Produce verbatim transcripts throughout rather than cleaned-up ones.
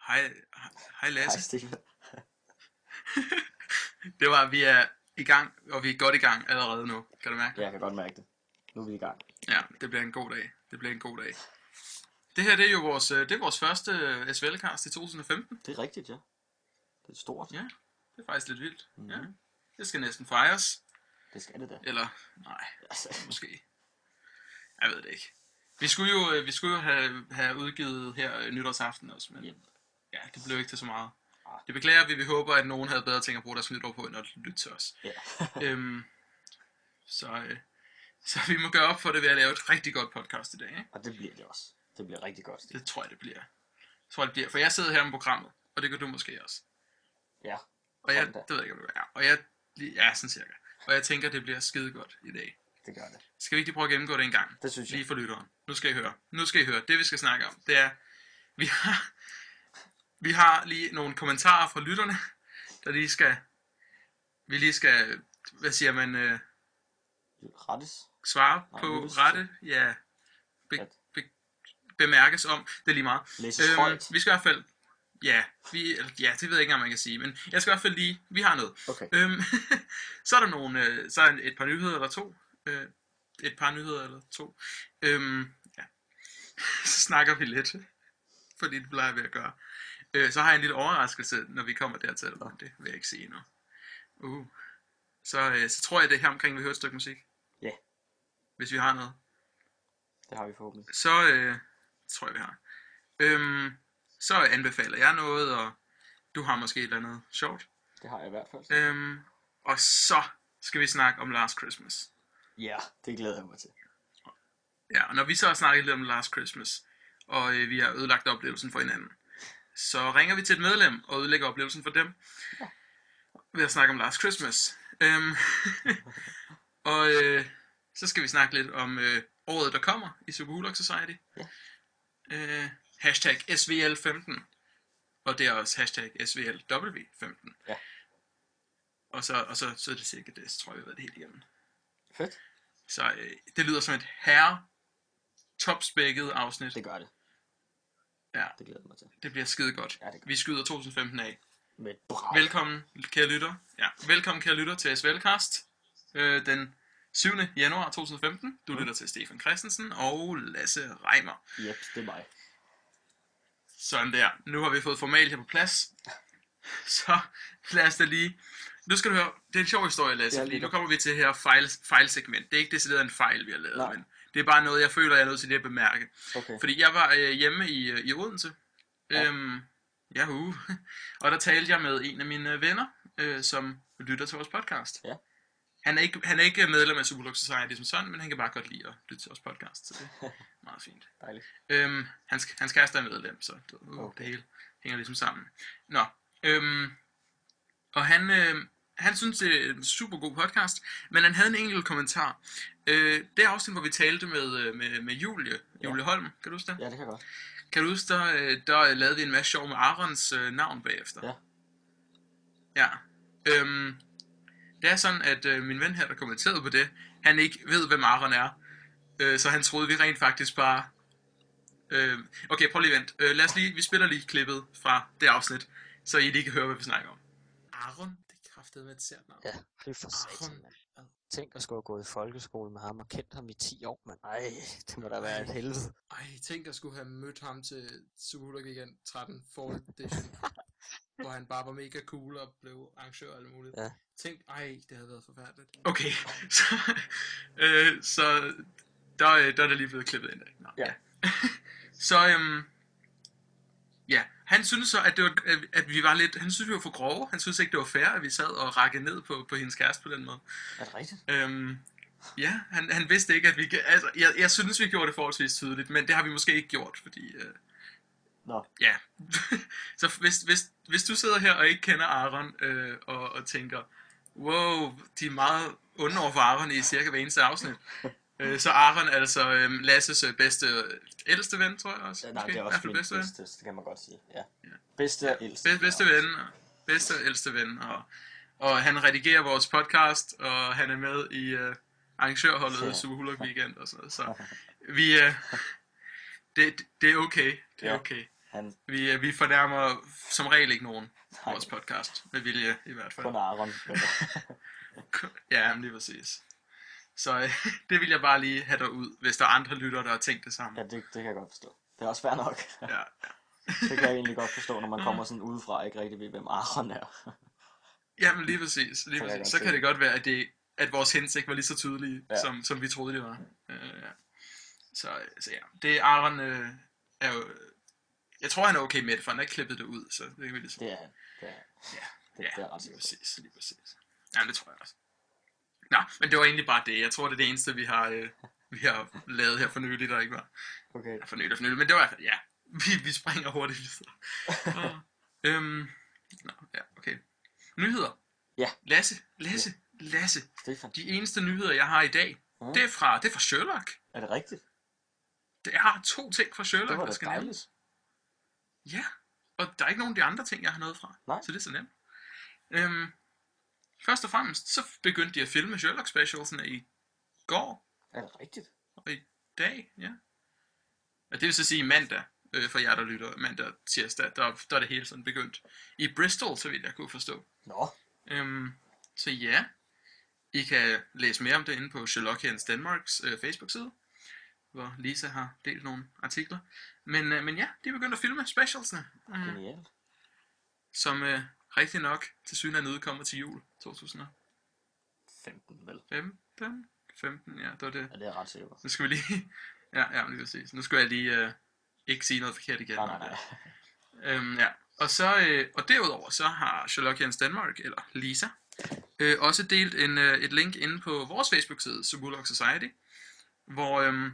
Hej, hej Lasse. Hej Steven. Det var, vi er i gang, og vi er godt i gang allerede nu. Kan du mærke det? Ja, jeg kan godt mærke det. Nu er vi i gang. Ja, det bliver en god dag. Det bliver en god dag. Det her, det er jo vores, det er vores første S V L-cast i to tusind og femten. Det er rigtigt, ja. Det er stort. Ja, det er faktisk lidt vildt. Mhm. Ja, det skal næsten fejres. Det skal det da. Eller, nej, Altså, måske. Jeg ved det ikke. Vi skulle jo, vi skulle jo have, have udgivet her nytårsaften også, men Yep. ja, det blev ikke til så meget. Ah. Det beklager vi. Vi håber, at nogen havde bedre ting at bruge deres nytår på, end at lytte til os. ja. øhm, så, øh, så vi må gøre op for det ved at lave et rigtig godt podcast i dag. Ikke? Og det bliver det også. Det bliver rigtig godt. Det tror jeg, det bliver. Jeg tror, det bliver. For jeg sidder her med programmet, og det gør du måske også. Ja. Og jeg, Sådan da. det ved jeg ikke, om du er. Og jeg, ja, sådan cirka. Og jeg tænker, det bliver skide godt i dag. Det gør det. Skal vi ikke lige prøve at gennemgå det en gang? Det synes jeg. Lige for lytteren. Nu skal I høre. Nu skal I høre. Det vi skal snakke om, det er, vi har, vi har lige nogle kommentarer fra lytterne, der lige skal, vi lige skal, hvad siger man, øh, Rettes. svare Nej, på lyttes. rette, ja, be, At- be, bemærkes om, det er lige meget. Læses højt. vi skal i hvert fald, ja, vi, eller, ja, det ved jeg ikke engang, man kan sige, men jeg skal i hvert fald lige, vi har noget. Okay. Øhm, så er der nogle, øh, så er der et par nyheder eller to, øh, et par nyheder eller to. Øhm, ja. Så snakker vi lidt, fordi det plejer vi at gøre. Øh, så har jeg en lille overraskelse, når vi kommer dertil, men det vil jeg ikke sige endnu. Uh. Så, øh, så tror jeg, det er her omkring, vi hører et stykke musik. Ja. Hvis vi har noget. Det har vi forhåbentlig. Så øh, tror jeg, vi har. Øhm, så anbefaler jeg noget, og du har måske et eller andet sjovt. Det har jeg i hvert fald. Øhm, og så skal vi snakke om Last Christmas. Ja, det glæder jeg mig til. Ja, og når vi så har snakket lidt om Last Christmas, og øh, vi har ødelagt oplevelsen for hinanden, så ringer vi til et medlem og ødelægger oplevelsen for dem. Ja. Ved at snakke om Last Christmas. Øhm, og øh, så skal vi snakke lidt om øh, året, der kommer i Super Hulk Society. Ja. Øh, hashtag S V L femten. Og det er også hashtag S V L W femten. Ja. Og så, og så, så er det sikkert det, så tror jeg, vi har været det helt igennem. Fedt. Så øh, det lyder som et herre topspækket afsnit. Det gør det. Ja, Det glæder jeg mig til. det bliver skide godt. Ja, det gør Vi skyder to tusind og femten af. Med et brag. Velkommen, kære lytter. Ja, velkommen, kære lytter til S V L-cast. Øh, den syvende januar to tusind og femten. Du Mm. lytter til Stefan Christensen og Lasse Reimer. Yep, det er mig. Sådan der. Nu har vi fået formal her på plads. Så lad os da lige... Nu skal du høre, det er en sjov historie, Lasse, Ja, fordi lige nu godt. kommer vi til her fejl, fejlsegment. Det er ikke decideret en fejl, vi har lavet, Nej. men det er bare noget, jeg føler, jeg er nødt til lige at bemærke. Okay. Fordi jeg var øh, hjemme i, øh, i Odense. Ja. Øhm, Yahoo. Og der talte jeg med en af mine venner, øh, som lytter til vores podcast. Ja. Han er ikke, han er ikke medlem af Super Hulk Society som sådan, men han kan bare godt lide at lytte til vores podcast. Så det er meget fint. Dejligt. Øhm, hans, hans kæreste er medlem, så det, uh, Okay. det hele hænger ligesom sammen. Nå, øhm, og han, øh, han synes, det er en super god podcast, men han havde en enkelt kommentar. Øh, det afsnit, hvor vi talte med, øh, med, med Julie, Ja. Julie Holm, kan du huske det? Ja, det kan jeg godt. Kan du huske, der, øh, der lavede vi en masse sjov med Arons øh, navn bagefter? Ja. Ja. Øhm, det er sådan, at øh, min ven her, der kommenterede på det, han ikke ved, hvem Aron er. Øh, så han troede, vi rent faktisk bare... Øh, okay, prøv lige at vent. Øh, lad os lige, vi spiller lige klippet fra det afsnit, så I lige kan høre, hvad vi snakker om. Aron, det er kraftedeme et sært navn. Ja, fy for satan, Aron. mand. Tænk at skulle have gået i folkeskole med ham og kendt ham i ti år, mand. Ej, det må da være et helvede. Ej, tænk at skulle have mødt ham til Super Hulk Weekend tretten Fall Edition, hvor han bare var mega cool og blev arrangør og alt muligt. Ja. Tænk, ej, det havde været forfærdeligt. Okay, så, øh, så der, øh, der er det lige blevet klippet ind af. Nå, Ja. så, øhm, ja, han synes så, at, det var, at- at vi var lidt, han synes, vi var for grove. Han synes ikke, det var fair, at vi sad og rakkede ned på, på hendes kæreste på den måde. Er det rigtigt? Øhm, ja, han, han vidste ikke, at vi... Altså, jeg, jeg synes, vi gjorde det forholdsvis tydeligt, men det har vi måske ikke gjort, fordi... Øh, Nå. ja. Så hvis, hvis, hvis du sidder her og ikke kender Aron, øh, og, og tænker, wow, de er meget onde over for Aron i cirka hver eneste afsnit, øh, så Aron er altså øh, Lasses øh, bedste, øh, ældste ven, tror jeg også. Ja, nej, måske. det er I hvert også fald min bedste ven. bedste, det kan man godt sige. Ja. Ja. Bedste og ældste. Be- bedste ven, og bedste og ældste ven, og, og han redigerer vores podcast, og han er med i øh, arrangørholdet Ja. Super Hulk Weekend og sådan noget, så vi, øh, det, det er okay, det er Ja. okay. Han, Vi, øh, vi fornærmer som regel ikke nogen på nej, vores podcast. Med vilje i hvert fald. kun Aaron. Ja, men lige præcis. Så øh, det vil jeg bare lige have derud, hvis der er andre lyttere, der har tænkt det samme. Ja, det, det kan jeg godt forstå. Det er også fair nok. Ja, ja. Det kan jeg egentlig godt forstå, når man kommer sådan udefra og ikke rigtig ved, hvem Aaron er. Jamen lige præcis. Lige Så kan jeg præcis. godt Så se kan det. det godt være, at, det, at vores hensigt var lige så tydelige, Ja. ja. som, som vi troede, det var. Øh, ja. Så, så ja, det er Aaron øh, er jo... Jeg tror, han er okay med det, for han har ikke klippet det ud, så det vil jeg sige. Det er han. Det er han. Ja, Det, ja, det er ret lige sikkert. præcis, lige præcis. Ja, det tror jeg også. Nå, men det var egentlig bare det. Jeg tror, det er det eneste, vi har, øh, vi har lavet her for nylig, der ikke var. Okay. Ja, for nylig og for nylig, men det var i hvert fald, ja. Vi, vi springer hurtigt videre. Og, øhm, nå, ja, okay. Nyheder. Ja. Lasse, Lasse, Lasse. Stefan, De eneste nyheder, jeg har i dag, Mm. det er fra, det er fra Sherlock. er det rigtigt? Det- Jeg har to ting fra Sherlock, Det var der da skal dejligt. nævnes. Ja, og der er ikke nogen af de andre ting, jeg har noget fra. Nej. Så det er så nemt. Øhm, først og fremmest, så begyndte de at filme Sherlock specialsene i går Er det rigtigt? og i dag, ja. Og det vil så sige mandag, øh, for jer, der lytter, mandag og tirsdag, der, der er det hele sådan begyndt. I Bristol, så vidt jeg kunne forstå. Nå, Øhm, så ja, I kan læse mere om det inde på Sherlockians Danmarks øh, Facebook-side, hvor Lisa har delt nogle artikler. Men, øh, men ja, de er begyndt at filme specialsene, øh, genialt. som øh, rigtig nok til synligheden udkommer til jul to tusind og femten vel. femten. femten, ja, det var det. Ja, det er jeg ret sikker på. Nu skal vi lige... ja, ja, lige præcis. Nu skal jeg lige øh, ikke sige noget forkert igen. Nej, nej, nej. Øhm, ja. Og, så, øh, og derudover så har Sherlockians Danmark, eller Lisa, øh, også delt en, øh, et link inde på vores Facebook-side, Subulok Society, hvor øh,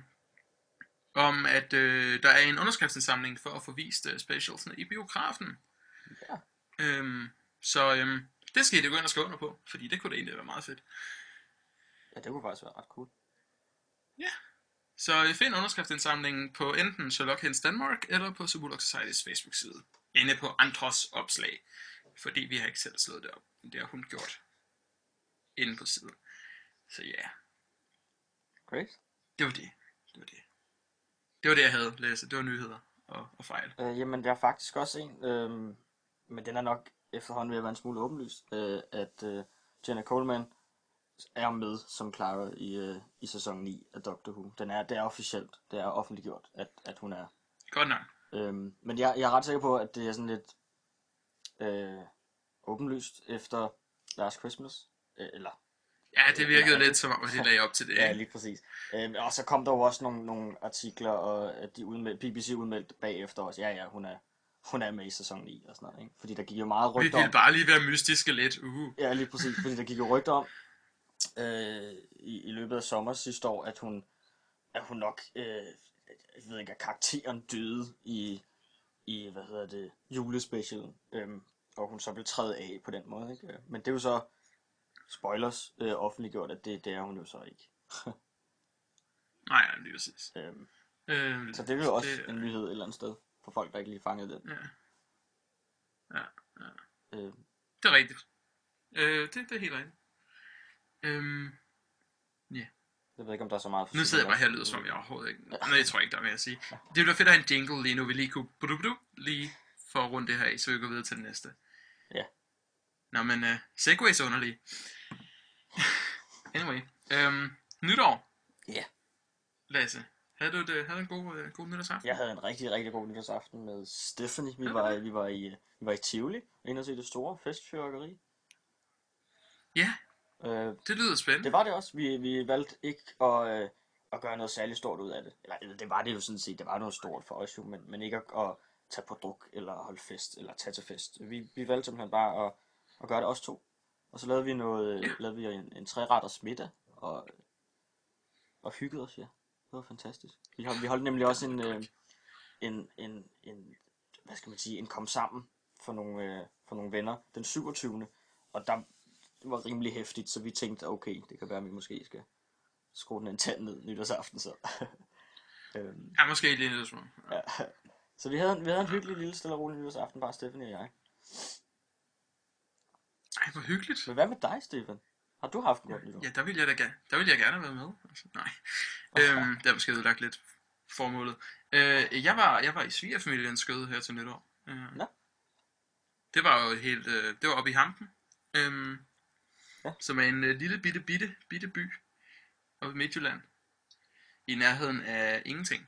om at øh, der er en underskriftsindsamling for at få vist øh, specialsene i biografen. Ja. Øhm, så øh, det skal I da gå ind og skrive under på, fordi det kunne da egentlig være meget fedt. Ja, det kunne faktisk være ret cool. Ja. Så øh, find underskriftsindsamlingen på enten Sherlockians Danmark eller på Subulok Societys Facebook-side. Inde på andres opslag. Fordi vi har ikke selv slået det op. Det har hun gjort. Inde på siden. Så ja, Great. det var det. Det var det. Det var det, jeg havde læst. Det var nyheder og, og fejl. Øh, jamen, der er faktisk også en, øh, men den er nok efterhånden ved at være en smule åbenlyst, øh, at øh, Jenna Coleman er med som Clara i, øh, i sæson ni af Doctor Who. Den er, det er officielt, det er offentliggjort, at, at hun er. Godt nok. Øhm, men jeg, jeg er ret sikker på, at det er sådan lidt øh, åbenlyst efter Last Christmas. Øh, eller, Ja, det virkede Eller- lidt som om, at de lagde op til det. ja, Ikke? lige præcis. Øhm, og så kom der jo også nogle, nogle artikler, og at de udmeldte, B B C udmeldte bagefter også, ja ja, hun er, hun er med i sæson ni og sådan noget, ikke? Fordi der gik jo meget Vi rygter ville om. bare lige være mystiske lidt. Uh. Ja, lige præcis, fordi der gik jo rygter om øh, i, i løbet af sommer sidste år, at hun, at hun nok, øh, jeg ved ikke, at karakteren døde i, i hvad hedder det, julespecialen, øhm, og hun så blev trædet af på den måde, ikke? Men det er jo så, spoilers, øh, offentliggjort, at det, det er hun jo så ikke. Nej, ja, lige præcis. øhm, Øh, så det er jo også det- en nyhed et eller andet sted, for folk, der ikke lige fangede den. Ja. Ja, ja. Øh, Det er rigtigt. Øh, det, det er helt rigtigt. Øhm, jeg ved ikke, om der er så meget for nu sidder jeg bare her og lyder, som om jeg overhovedet ikke... Nej, jeg tror ikke, der er mere at sige. Det ville være fedt at have en jingle lige nu, vi lige kunne... Budu, lige for at runde det her af, så vi går videre til det næste. Ja. Nå, men uh, segways er underlige. Anyway. Øhm, nytår. Ja. Lasse, havde du, det, havde du en god, uh, god nytårsaften? Jeg havde en rigtig, rigtig god nytårsaften med Stephanie. Vi Ja, var, det. vi var i, vi var i Tivoli, inde og se det store festfyrværkeri. Ja, Øh, det lyder spændende. Det var det også. Vi, vi valgte ikke at, øh, at gøre noget særligt stort ud af det. Eller eller det var det jo sådan set. Det var noget stort for os jo, men, men ikke at, at tage på druk, eller holde fest, eller tage til fest. Vi, vi valgte simpelthen bare at, at gøre det os to. Og så lavede vi noget, Ja. ja. lavede vi en, en treretters middag, og, og hyggede os, ja. Det var fantastisk. Vi holdt, vi holdt nemlig også en, øh, en, en, en, hvad skal man sige, en kom sammen for nogle, øh, for nogle venner den syvogtyvende Og der det var rimelig hæftigt, så vi tænkte, okay, det kan være, at vi måske skal skrue den en tand ned nytårsaften, så. øhm, Ja, måske lige lidt små. ja. Så vi havde, vi havde en hyggelig lille stille og rolig nytårsaften, bare Stephanie og jeg. Ej, hvor hyggeligt. Men hvad med dig, Stefan? Har du haft en godt nytår? Ja, der vil jeg da gerne, der vil jeg gerne være med. Altså, nej. Øhm, det er måske udlagt lidt formålet. Øh, jeg, var, jeg var i svigerfamiliens skøde her til nytår. Øh, Nå. det var jo helt, øh, det var oppe i Hampen. Øh, Ja. Som er en øh, lille bitte bitte bitte by oppe i Midtjylland. I nærheden af ingenting.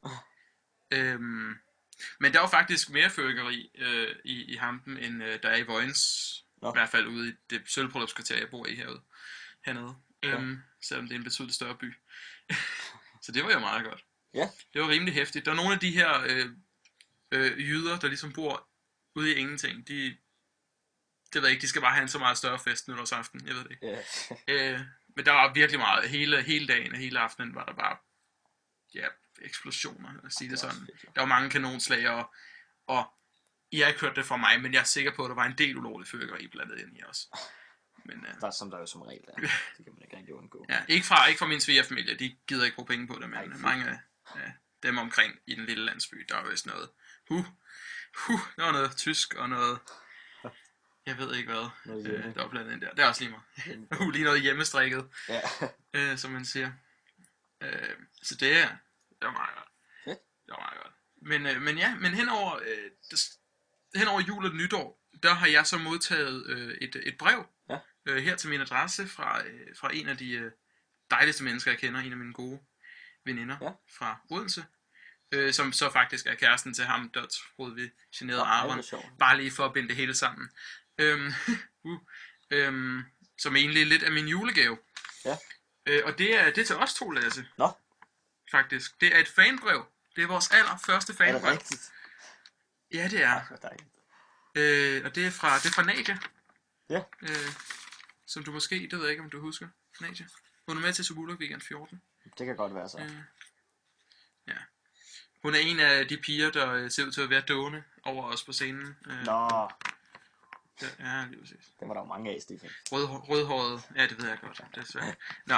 Øhm, men der var faktisk mere fyrværkeri øh, i, i Hampen, end øh, der er i Vojens. Nå. I hvert fald ude i det sølvbryllupskvarter, jeg bor i herude. Hernede. Ja. Øhm, selvom det er en betydeligt større by. Så det var jo meget godt. Ja. Det var rimelig hæftigt. Der er nogle af de her øh, øh, jyder, der ligesom bor ude i ingenting. De, det ved jeg ikke, de skal bare have en så meget større fest nytårsaften. Jeg ved det ikke. Ja. Øh, men der var virkelig meget. Hele, hele dagen og hele aftenen var der bare ja, eksplosioner, at sige det sådan. Der var mange kanonslag, og, og I har ikke hørt det fra mig, men jeg er sikker på, at der var en del ulovlige fyrværkeri blandet ind i os. Men, uh, Der er som der jo som regel er. Det kan man ikke rigtig undgå. ja, ikke fra, ikke fra min svigerfamilie, de gider ikke bruge penge på det, men Ej, mange af ja, dem omkring i den lille landsby, der var vist noget, huh, huh, der var noget tysk og noget, jeg ved ikke hvad, øh, der var blandet ind der. Det er også lige mig. Uh, lige noget hjemmestrikket, Ja. øh, som man siger. Øh, så det er, det var meget godt. Fedt. Det var meget godt. Men, øh, men ja, men henover, øh, det, henover jul og nytår, der har jeg så modtaget øh, et, et brev Ja. øh, her til min adresse fra, øh, fra en af de øh, dejligste mennesker, jeg kender, en af mine gode veninder Ja. fra Odense, øh, som så faktisk er kæresten til ham, der troede vi generede Nå, ej, Aron, hvor sjovt. bare lige for at binde det hele sammen. Øhm, uh, øhm, som egentlig lidt af min julegave. Ja. Øh, og det er, det er til os to, Lasse. Nå. Faktisk. Det er et fanbrev. Det er vores allerførste Er det fanbrev. rigtigt? Ja, det er. Ja, hvor dejligt. Øh, og det er fra, det er fra Nadia. Ja. Øh, som du måske, det ved jeg ikke, om du husker. Nadia. Hun er med til Subulok Weekend fjorten. Det kan godt være så. Øh, ja. Hun er en af de piger, der øh, ser ud til at være dående over os på scenen. Øh, Nå, der, ja, lige præcis. det var der jo mange af, Stefan. Rød, rødhåret. Ja, det ved jeg godt. Desværre. Nå.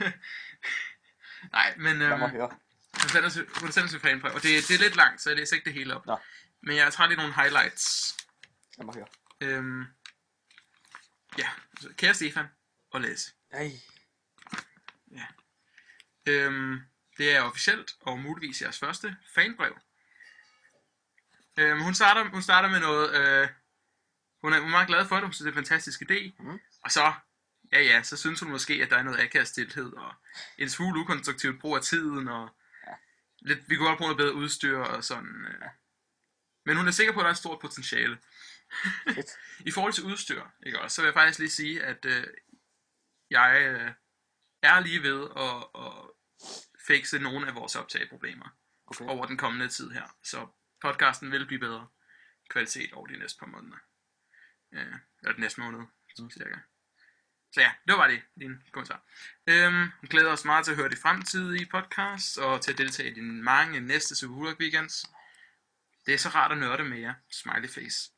Nej, men Lad øhm, mig høre. hun sender til, hun sender til fanbrev, og det, det er lidt langt, så jeg læser ikke det hele op. Nå. Men jeg tager lige nogle highlights. Lad mig høre. Øhm, ja, altså, kære Stefan og Lasse. Ej. Ja. Øhm, det er officielt og muligvis jeres første fanbrev. Øhm, hun, starter, hun starter med noget, øh, hun, er, hun er meget glad for det, hun synes det er en fantastisk idé. Mhm. Og så, ja ja, så synes hun måske, at der er noget akavet stilhed, og en smule ukonstruktivt brug af tiden, og Ja. lidt, vi kunne godt bruge noget bedre udstyr og sådan. Øh. Men hun er sikker på, at der er et stort potentiale. Fedt. I forhold til udstyr, ikke også, så vil jeg faktisk lige sige, at øh, jeg øh, er lige ved at, at fikse nogle af vores optageproblemer Okay. over den kommende tid her. Så podcasten vil blive bedre kvalitet over de næste par måneder. Øh, eller den næste måned, Mm. cirka. Så ja, det var det, din kommentar. Øhm, vi glæder os meget til at høre de fremtidige podcasts, og til at deltage i de mange næste Subulok Weekends. Det er så rart at nørde med jer. Smiley face.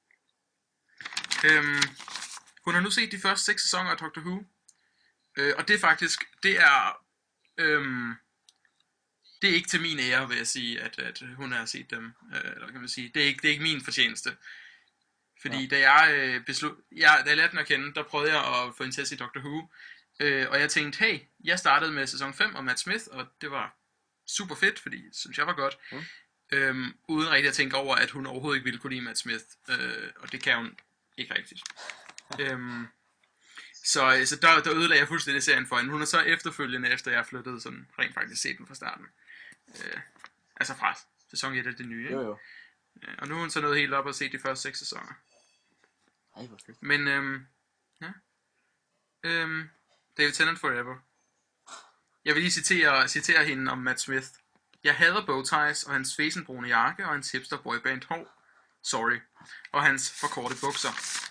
Øhm, hun har nu set de første seks sæsoner af Doctor Who. Øh, og det er faktisk, det er, øhm, det er ikke til min ære, vil jeg sige, at, at hun har set dem. Øh, eller kan man sige, det er ikke, det er ikke min fortjeneste. Fordi Ja. da jeg øh, beslut, jeg, da jeg lærte den at kende, der prøvede jeg at få en til at se Doctor Who. Øh, og jeg tænkte, hey, jeg startede med sæson fem og Matt Smith, og det var super fedt, fordi det synes jeg var godt. Mm. Øhm, uden rigtig at tænke over, at hun overhovedet ikke ville kunne lide Matt Smith. Øh, og det kan hun ikke rigtigt. øhm, så så der, der ødelagde jeg fuldstændig serien for hende. Hun er så efterfølgende, efter jeg flyttede, sådan rent faktisk set den fra starten. Øh, altså fra sæson et af det nye. Jo Ikke? jo. Øh, Og nu er hun så nået helt op og set de første seks sæsoner. Ej, hvor fedt. Men, øhm, ja. Øhm, David Tennant forever. Jeg vil lige citere, citere hende om Matt Smith. Jeg hader bowties og hans fesenbrune jakke og hans hipster boyband hår. Sorry. Og hans forkorte bukser.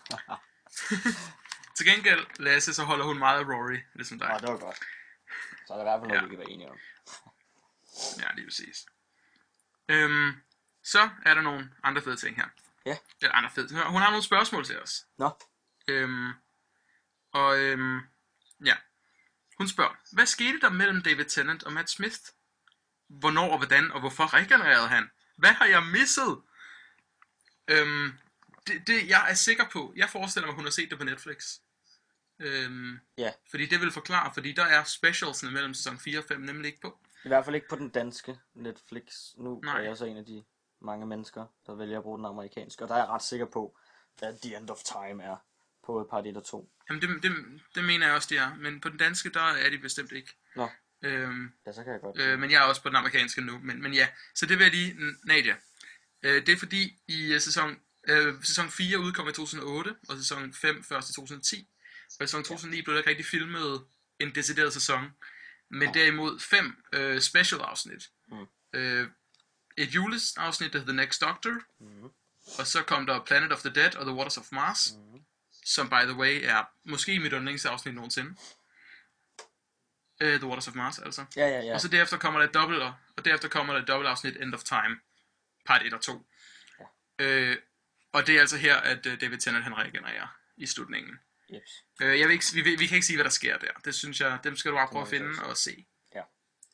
Til gengæld, Lasse, så holder hun meget af Rory, ligesom dig. Nå, det var godt. Så er der i hvert fald noget, Ja. vi kan være enige om. Ja, lige præcis. Øhm, så er der nogle andre fede ting her. Ja. Eller andre fede ting. Hun har nogle spørgsmål til os. Nå. Øhm, og øhm, ja. Hun spørger, hvad skete der mellem David Tennant og Matt Smith? Hvornår og hvordan og hvorfor regenererede han? Hvad har jeg misset? Øhm, det, det, jeg er sikker på, jeg forestiller mig, hun har set det på Netflix. Øhm, Ja. Fordi det vil forklare, fordi der er specialsene mellem sæson fire og fem nemlig ikke på. I hvert fald ikke på den danske Netflix. Nu Nej. er jeg så en af de mange mennesker, der vælger at bruge den amerikanske, og der er jeg ret sikker på, at The End of Time er på part et og to. Jamen, det, det, det mener jeg også, de er. Men på den danske, der er de bestemt ikke. Nå, Øhm, ja, så kan jeg godt. øh, men jeg er også på den amerikanske nu. Men, men ja, så det vil jeg lige... Nadia. Øh, det er fordi, i uh, sæson, øh, sæson fire udkom i to tusind og otte, og sæson fem først i to tusind og ti. Og i sæson to tusind og ni blev der ikke rigtig filmet en decideret sæson. Men derimod fem øh, special afsnit. Mm. Øh, et juleafsnit, der hedder The Next Doctor. Mm. Og så kom der Planet of the Dead og The Waters of Mars. Mm. Som by the way er måske mit yndlingsafsnit nogensinde. Uh, The Waters of Mars, altså. Ja, ja, ja. Og så derefter kommer der et dobbelt, og derefter kommer der et dobbelt afsnit End of Time, part et og to. Ja. Uh, og det er altså her, at uh, David Tennant han regenererer i slutningen. Jeps. Uh, jeg vil ikke, vi, vi kan ikke sige, hvad der sker der. Det synes jeg, dem skal du bare prøve at finde og se. Ja.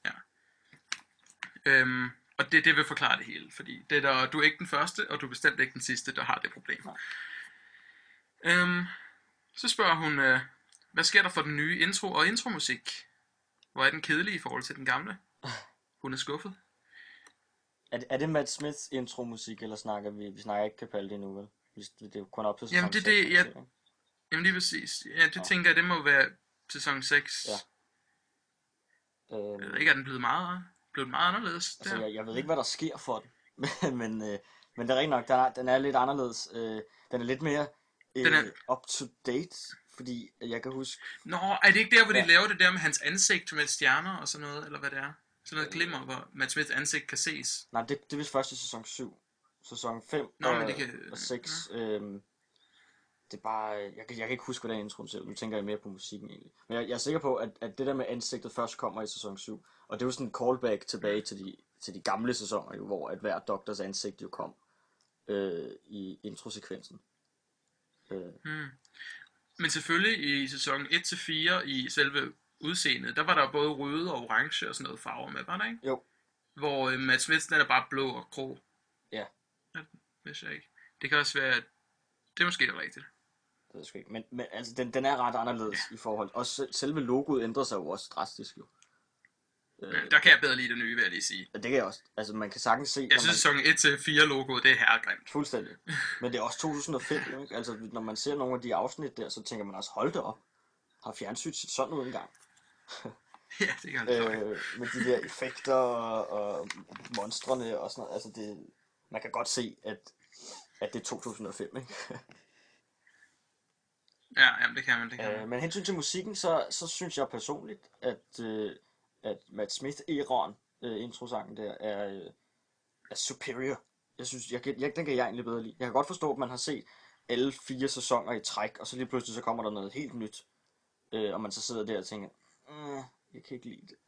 Ja. Um, og det, det vil forklare det hele, fordi det der, du er ikke den første, og du er bestemt ikke den sidste, der har det problem. Um, så spørger hun, uh, hvad sker der for den nye intro og intromusik? Hvor er den kedelig i forhold til den gamle? Hun er skuffet. Er det, er det Matt Smiths intromusik, eller snakker vi? Vi snakker ikke Capaldi endnu, vel? Det er jo kun op til sæson Jamen det er det, jeg... Jamen lige præcis. Ja, det ja. tænker jeg, det må være sæson seks. Ja. Jeg ved ikke, er den blevet meget, blevet meget anderledes? Altså, jeg, jeg ved ikke, hvad der sker for den. men, men, øh, men det er rigtig nok, den er, den er lidt anderledes. Øh, den er lidt mere øh, den er... up-to-date, fordi jeg kan huske... Nå, er det ikke der, hvor ja. de laver det der med hans ansigt med stjerner og sådan noget, eller hvad det er? Sådan noget glimmer, hvor Matt Smiths ansigt kan ses. Nej, det, det er vist først i sæson syv. Sæson fem Nå, og, men det kan... og seks. Ja. Øhm, det er bare... Jeg, jeg kan ikke huske, hvordan introen selv. Nu tænker jeg mere på musikken egentlig. Men jeg, jeg er sikker på, at, at det der med ansigtet først kommer i sæson syv. Og det er jo sådan en callback tilbage til de, til de gamle sæsoner, jo, hvor at hver doktors ansigt jo kom øh, i introsekvensen. Øh. Hmm. Men selvfølgelig i sæson et til fire i selve udseendet, der var der både røde og orange og sådan noget farver med, var der ikke? Jo. Hvor øh, Matt Smith er bare blå og grå. Ja. Ja, det vidste jeg ikke. Det kan også være, at det er måske det rigtigt. Det ved jeg ikke. Men, men altså, den, den er ret anderledes ja. I forhold. Også selve logoet ændrer sig jo også drastisk jo. Ja, der kan jeg bedre lide det nye, vil jeg lige sige. Ja, det kan jeg også. Altså, man kan sagtens se... Jeg synes, man... sæson et til fire logoet, det er herregrimt. Fuldstændig. Men det er også to tusind og fem, jo, ikke? Altså, når man ser nogle af de afsnit der, så tænker man også, hold det op. Har fjernsyn set sådan ud engang? Ja, det kan jeg øh, Med de der effekter og, og monstrene og sådan noget. Altså, det... Man kan godt se, at, at det er to tusind og fem, ikke? Ja, jamen, det kan man, det kan man. Øh, men hensyn til musikken, så, så synes jeg personligt, at... Øh, at Matt Smith Eron øh, introsangen der er, øh, er superior. Jeg synes, jeg, jeg, den kan jeg egentlig bedre lide. Jeg kan godt forstå, at man har set alle fire sæsoner i træk, og så lige pludselig så kommer der noget helt nyt. Øh, og man så sidder der og tænker, mm, jeg kan ikke lide det.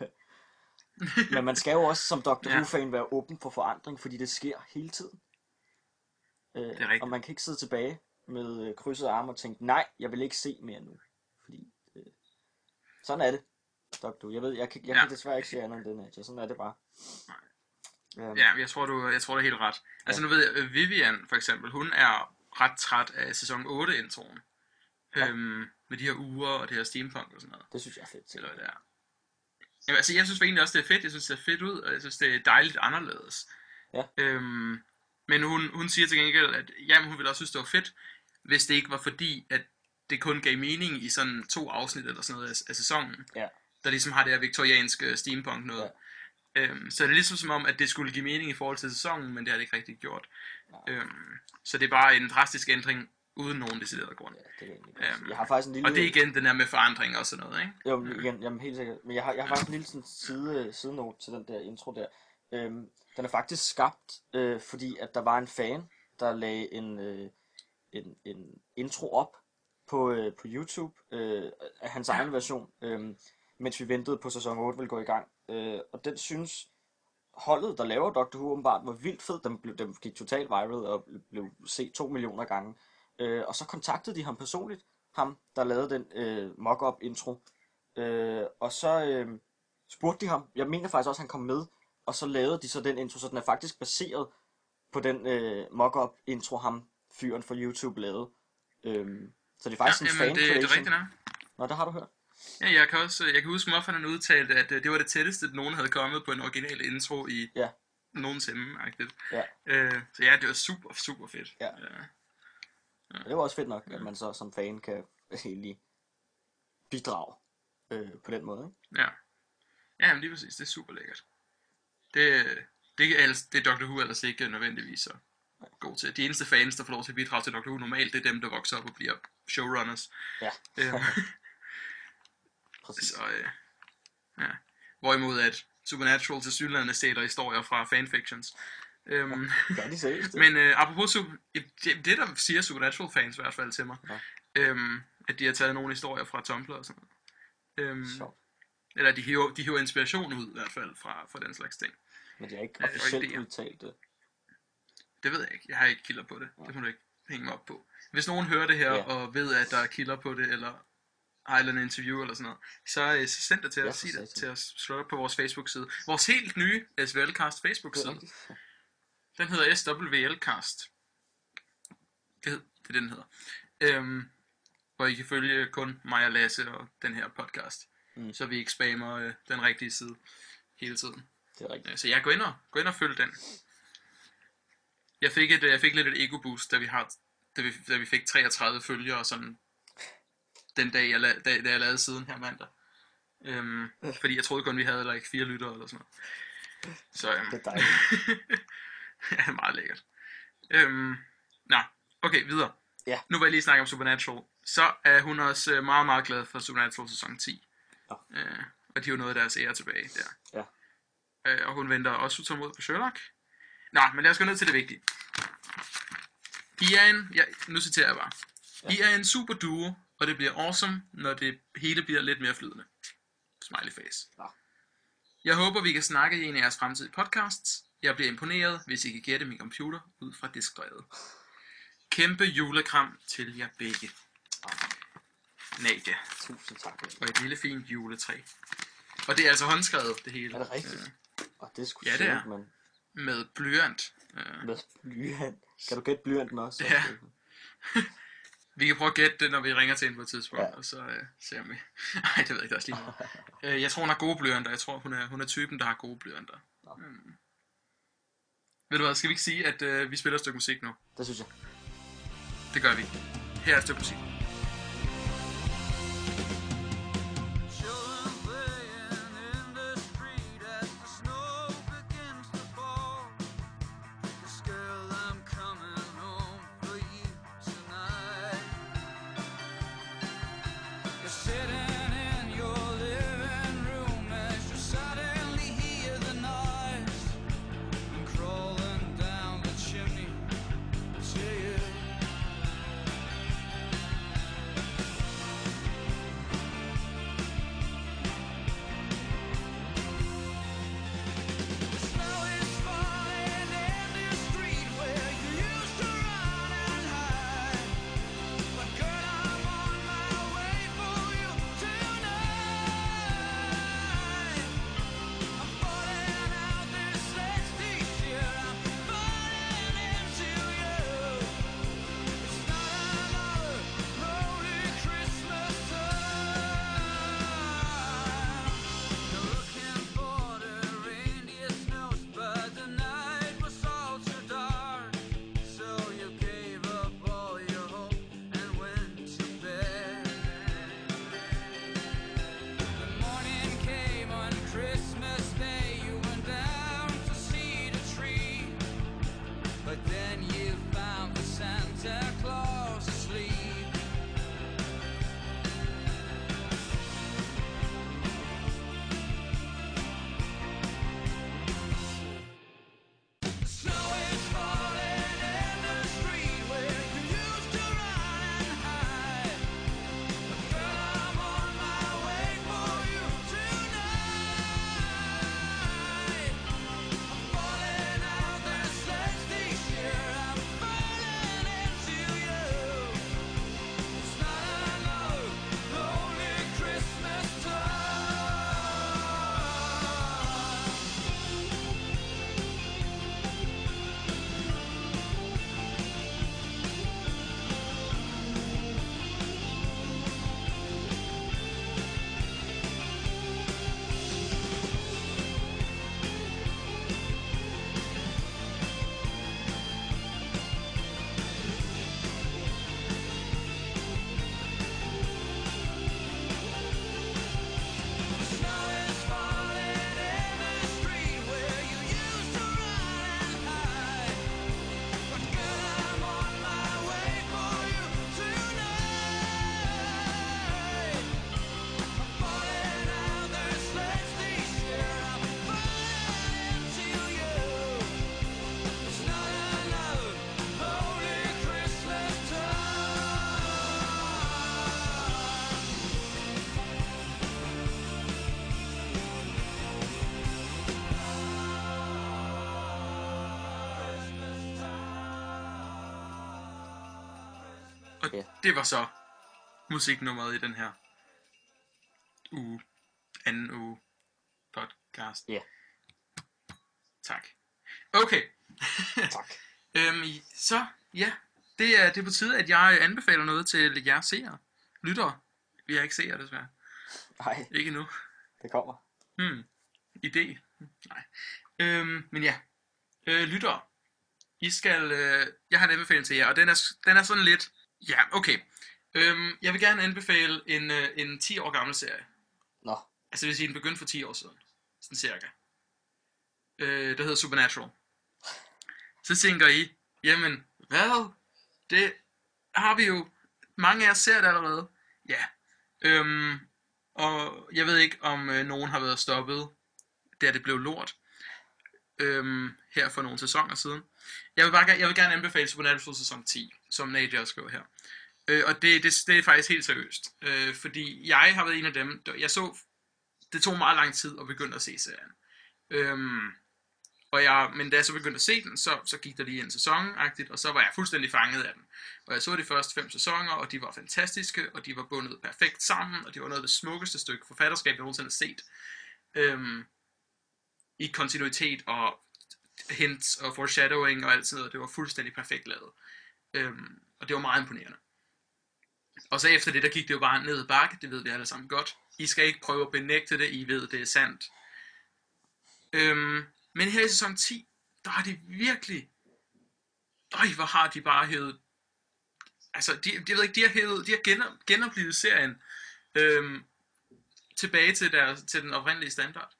Men man skal jo også som Doctor ja. Who-fan være åben for forandring, fordi det sker hele tiden. Øh, og man kan ikke sidde tilbage med øh, krydsede arme og tænke, nej, jeg vil ikke se mere nu. Fordi øh, sådan er det. Doctor, jeg ved, jeg kan, jeg ja. kan desværre ikke se andet end det, Nadia. Sådan er det bare. Nej. Um, ja, jeg tror, du, jeg tror, du er helt ret. Altså ja. Nu ved jeg, Vivian for eksempel, hun er ret træt af sæson otte introen. Ja. Øhm, med de her uger og det her steampunk og sådan noget. Det synes jeg er fedt. Eller hvad det er. Jamen, altså, jeg synes egentlig også, det er fedt. Jeg synes, det er fedt ud, og jeg synes, det er dejligt anderledes. Ja. Øhm, men hun, hun siger til gengæld, at jamen, hun ville også synes, det var fedt, hvis det ikke var fordi, at det kun gav mening i sådan to afsnit eller sådan noget af, af sæsonen. Ja. Der ligesom har det her viktorianske steampunk noget. Ja. Øhm, så det er ligesom som om, at det skulle give mening i forhold til sæsonen, men det har det ikke rigtig gjort. Ja. Øhm, så det er bare en drastisk ændring, uden nogen decideret grund. Ja, det er øhm, jeg har faktisk en lille... Og det er igen den der med forandring og sådan noget, ikke? Jo, igen, jamen helt sikkert. Men jeg har, jeg har faktisk en lille sådan side, sidenote til den der intro der. Øhm, den er faktisk skabt, øh, fordi at der var en fan, der lagde en, øh, en, en intro op på, øh, på YouTube øh, af hans egen version. Øh, mens vi ventede på sæson otte ville gå i gang. Øh, og den synes holdet, der laver Doctor Who, åbenbart var vildt fed. Den, blev, den gik totalt viral og blev set to millioner gange. Øh, og så kontaktede de ham personligt, ham der lavede den øh, mock-up intro. Øh, og så øh, spurgte de ham, jeg mener faktisk også, at han kom med, og så lavede de så den intro, så den er faktisk baseret på den øh, mock-up intro, ham fyren fra YouTube lavede. Øh, så det er faktisk ja, en fan det, det er rigtigt nok. Nå, det har du hørt. Ja, jeg kan også, jeg kan huske, Muffin han udtalte, at øh, det var det tætteste, nogen havde kommet på en original intro i Ja. nogensinde-agtigt. Ja. Øh, så ja, det var super, super fedt. Ja. Ja. Men det var også fedt nok, at man så som fan kan egentlig bidrage øh, på den måde, ikke? Ja, ja men lige præcis, det er super lækkert. Det, det, er, ellers, det er Doctor Who ellers ikke nødvendigvis så god til. De eneste fans, der får lov til at bidrage til Doctor Who normalt, det er dem, der vokser op og bliver showrunners. Ja. Øhm, Præcis. så, øh, ja. Hvorimod at Supernatural til synligheden stjæler historier fra fanfictions. Øhm, Gør de seriøst det? men øh, apropos super, det, det der siger Supernatural fans i hvert fald til mig, Ja. øhm, at de har taget nogle historier fra Tumblr og sådan noget. Øhm, Sjovt. eller de hiver, de hiver inspiration ud i hvert fald fra, fra den slags ting. Men de har ikke Øh, og officielt idéer. udtalt det. Det ved jeg ikke. Jeg har ikke kilder på det. Det må du ikke hænge mig op på. Hvis nogen hører det her Ja. og ved, at der er kilder på det, eller har et eller andet interview eller sådan noget, så, øh, så send det til Ja, os. for Sig det satan. til os. Slå op på vores Facebook-side. Vores helt nye S V L-cast Det er Facebook-side. rigtigt. Den hedder S W L-cast. Det, hed, det er det, den hedder. Øhm, hvor I kan følge kun mig og Lasse og den her podcast. Mm. Så vi ikke spammer øh, den rigtige side hele tiden. Det er rigtigt. Ja, så jeg går ind og, gå ind og følg den. Jeg fik, et, jeg fik lidt et ego-boost, da vi, har, da vi, da vi fik treogtredive følgere sådan, den dag jeg, la, da, da jeg lavede siden her mandag. Øhm, fordi jeg troede kun, vi havde like, fire lyttere eller sådan noget. Så øhm, Det er dejligt. ja, meget lækkert. Øhm, nå, okay, videre. Ja. Nu vil jeg lige snakke om Supernatural. Så er hun også øh, meget, meget glad for Supernatural sæson ti. Ja. Øh, og de har jo noget af deres ære tilbage der. Ja. Øh, og hun venter også utålmodigt på Sherlock. Nå, men lad os gå ned til det vigtige. I er en, ja, nu citerer jeg bare. I er en super duo, og det bliver awesome, når det hele bliver lidt mere flydende. Smiley face. Ja. Jeg håber, vi kan snakke i en af jeres fremtidige podcasts. Jeg bliver imponeret, hvis I kan gætte min computer ud fra diskrevet. Kæmpe julekram til jer begge. Nadia. Tusind tak. Og et lille fint juletræ. Og det er altså håndskrevet, det hele. Er det rigtigt? Øh, Og det skulle Ja, det er. men med blyant. Øh, med blyant. Kan du gætte blyanten også? Ja. vi kan prøve at gætte det, når vi ringer til hende på et tidspunkt. Ja. Og så øh, ser vi. Nej, det ved jeg ikke, der er også lige noget. øh, Jeg tror, hun har gode blyanter. Jeg tror, hun er, hun er typen, der har gode blyanter. Nå. Mm. Ved du hvad, skal vi ikke sige, at øh, vi spiller et stykke musik nu? Det synes jeg. Det gør vi. Her er et stykke musik. Children playing in the street as the snow begins to fall. This girl, I'm coming home for you tonight. You're sitting in your living room as you suddenly hear the noise and crawling down the chimney to you. Og Ja. det var så musiknummeret i den her uge, anden uge podcast. Ja. Tak. Okay. Tak. øhm, så, ja, det er, det er på tide, at jeg anbefaler noget til jer seere, lyttere. Vi har ikke seere, desværre. Nej, Ikke endnu. det kommer. Hmm. Idé. Nej. Øhm, men ja. Øh, lyttere. I skal... Øh, jeg har en anbefaling til jer, og den er, den er sådan lidt... Ja, okay. Øhm, jeg vil gerne anbefale en, øh, en ti år gammel serie. Nå, Altså, det vil sige, den begyndte for ti år siden. Sådan cirka. Øh, der hedder Supernatural. Så tænker I, jamen, hvad? Det har vi jo... Mange af jer ser det allerede. Ja. Øhm, og jeg ved ikke, om øh, nogen har været stoppet, da det blev lort. Øhm, her for nogle sæsoner siden. Jeg vil, bare, jeg vil gerne anbefale Supernatural sæson ti, som Nadia også skriver her. Øh, og det, det, det er faktisk helt seriøst. Øh, fordi jeg har været en af dem, der, jeg så, det tog meget lang tid at begynde at se serien. Øhm, og jeg, men da jeg så begyndte at se den, så, så gik der lige en sæson-agtigt, og så var jeg fuldstændig fanget af den. Og jeg så de første fem sæsoner, og de var fantastiske, og de var bundet perfekt sammen, og det var noget af det smukkeste stykke forfatterskab, jeg nogensinde har set. Øhm, I kontinuitet og hints og foreshadowing og alt sådan noget. Det var fuldstændig perfekt lavet. Øhm, og det var meget imponerende. Og så efter det, der gik det jo bare ned ad bakke. Det ved vi alle sammen godt. I skal ikke prøve at benægte det. I ved, det er sandt. Øhm, men her i sæson ti, der har de virkelig... Øj, hvor har de bare hævet... Altså, de, jeg ved ikke, de har hævet... De har genom, genoplevet serien øhm, tilbage til, deres, til den oprindelige standard.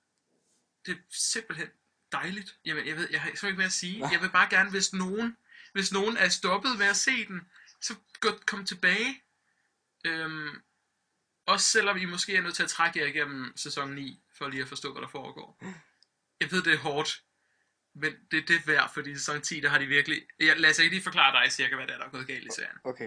Det er simpelthen dejligt. Jamen, jeg ved, jeg har ikke mere at sige. Jeg vil bare gerne, hvis nogen, hvis nogen er stoppet med at se den, så gå, kom tilbage. Øhm, også selvom I måske er nødt til at trække jer igennem sæson ni, for lige at forstå, hvad der foregår. Jeg ved, det er hårdt, men det, det er værd, fordi i sæson ti, der har de virkelig... Jeg, lad os ikke lige forklare dig cirka, hvad der er, der er gået galt i serien. okay.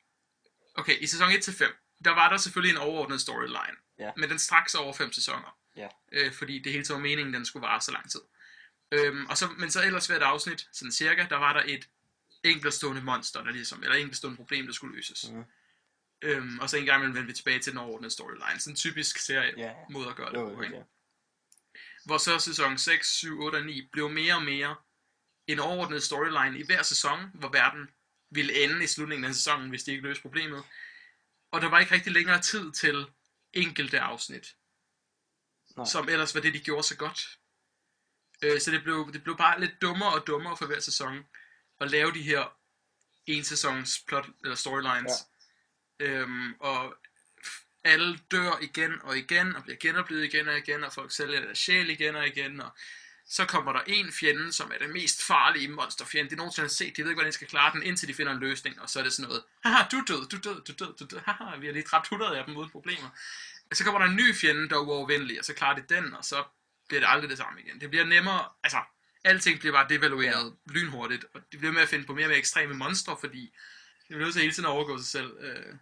Okay, i sæson et til fem, der var der selvfølgelig en overordnet storyline, Ja. men den straks over fem sæsoner. Ja. Øh, fordi det hele tiden var meningen, den skulle vare så lang tid. Øhm, og så, men så ellers ved et afsnit, sådan cirka, der var der et enkeltstående monster, der ligesom, eller enkeltstående problem, der skulle løses. Mhm. Øhm, og så en gang imellem vendte vi tilbage til den overordnede storyline. Sådan en typisk serie Ja. måde at gøre det Jo, på, ikke? ja. Hvor så sæson seks, syv, otte og ni blev mere og mere en overordnet storyline i hver sæson, hvor verden ville ende i slutningen af sæsonen, hvis de ikke løste problemet. Og der var ikke rigtig længere tid til enkelte afsnit. Nej. Som ellers var det, de gjorde så godt. Øh, så det blev, det blev bare lidt dummere og dummere for hver sæson at lave de her en sæsons plot eller storylines. Ja. Øhm, og alle dør igen og igen og bliver genoplevet igen og igen, og folk sælger deres sjæl igen og igen, og så kommer der en fjende, som er det mest farlige monsterfjende, de nogensinde har set. De ved ikke, hvordan de skal klare den, indtil de finder en løsning, og så er det sådan noget, haha, du er død, du er død, du er død, du er død, haha, vi har lige dræbt hundrede af dem uden problemer. Så kommer der en ny fjende, der er uovervindelig, og så klarer de den, og så bliver det aldrig det samme igen. Det bliver nemmere, altså, alting bliver bare devalueret ja. lynhurtigt, og de bliver med at finde på mere og mere ekstreme monstre, fordi de bliver nødt til hele tiden at overgå sig selv. Øh,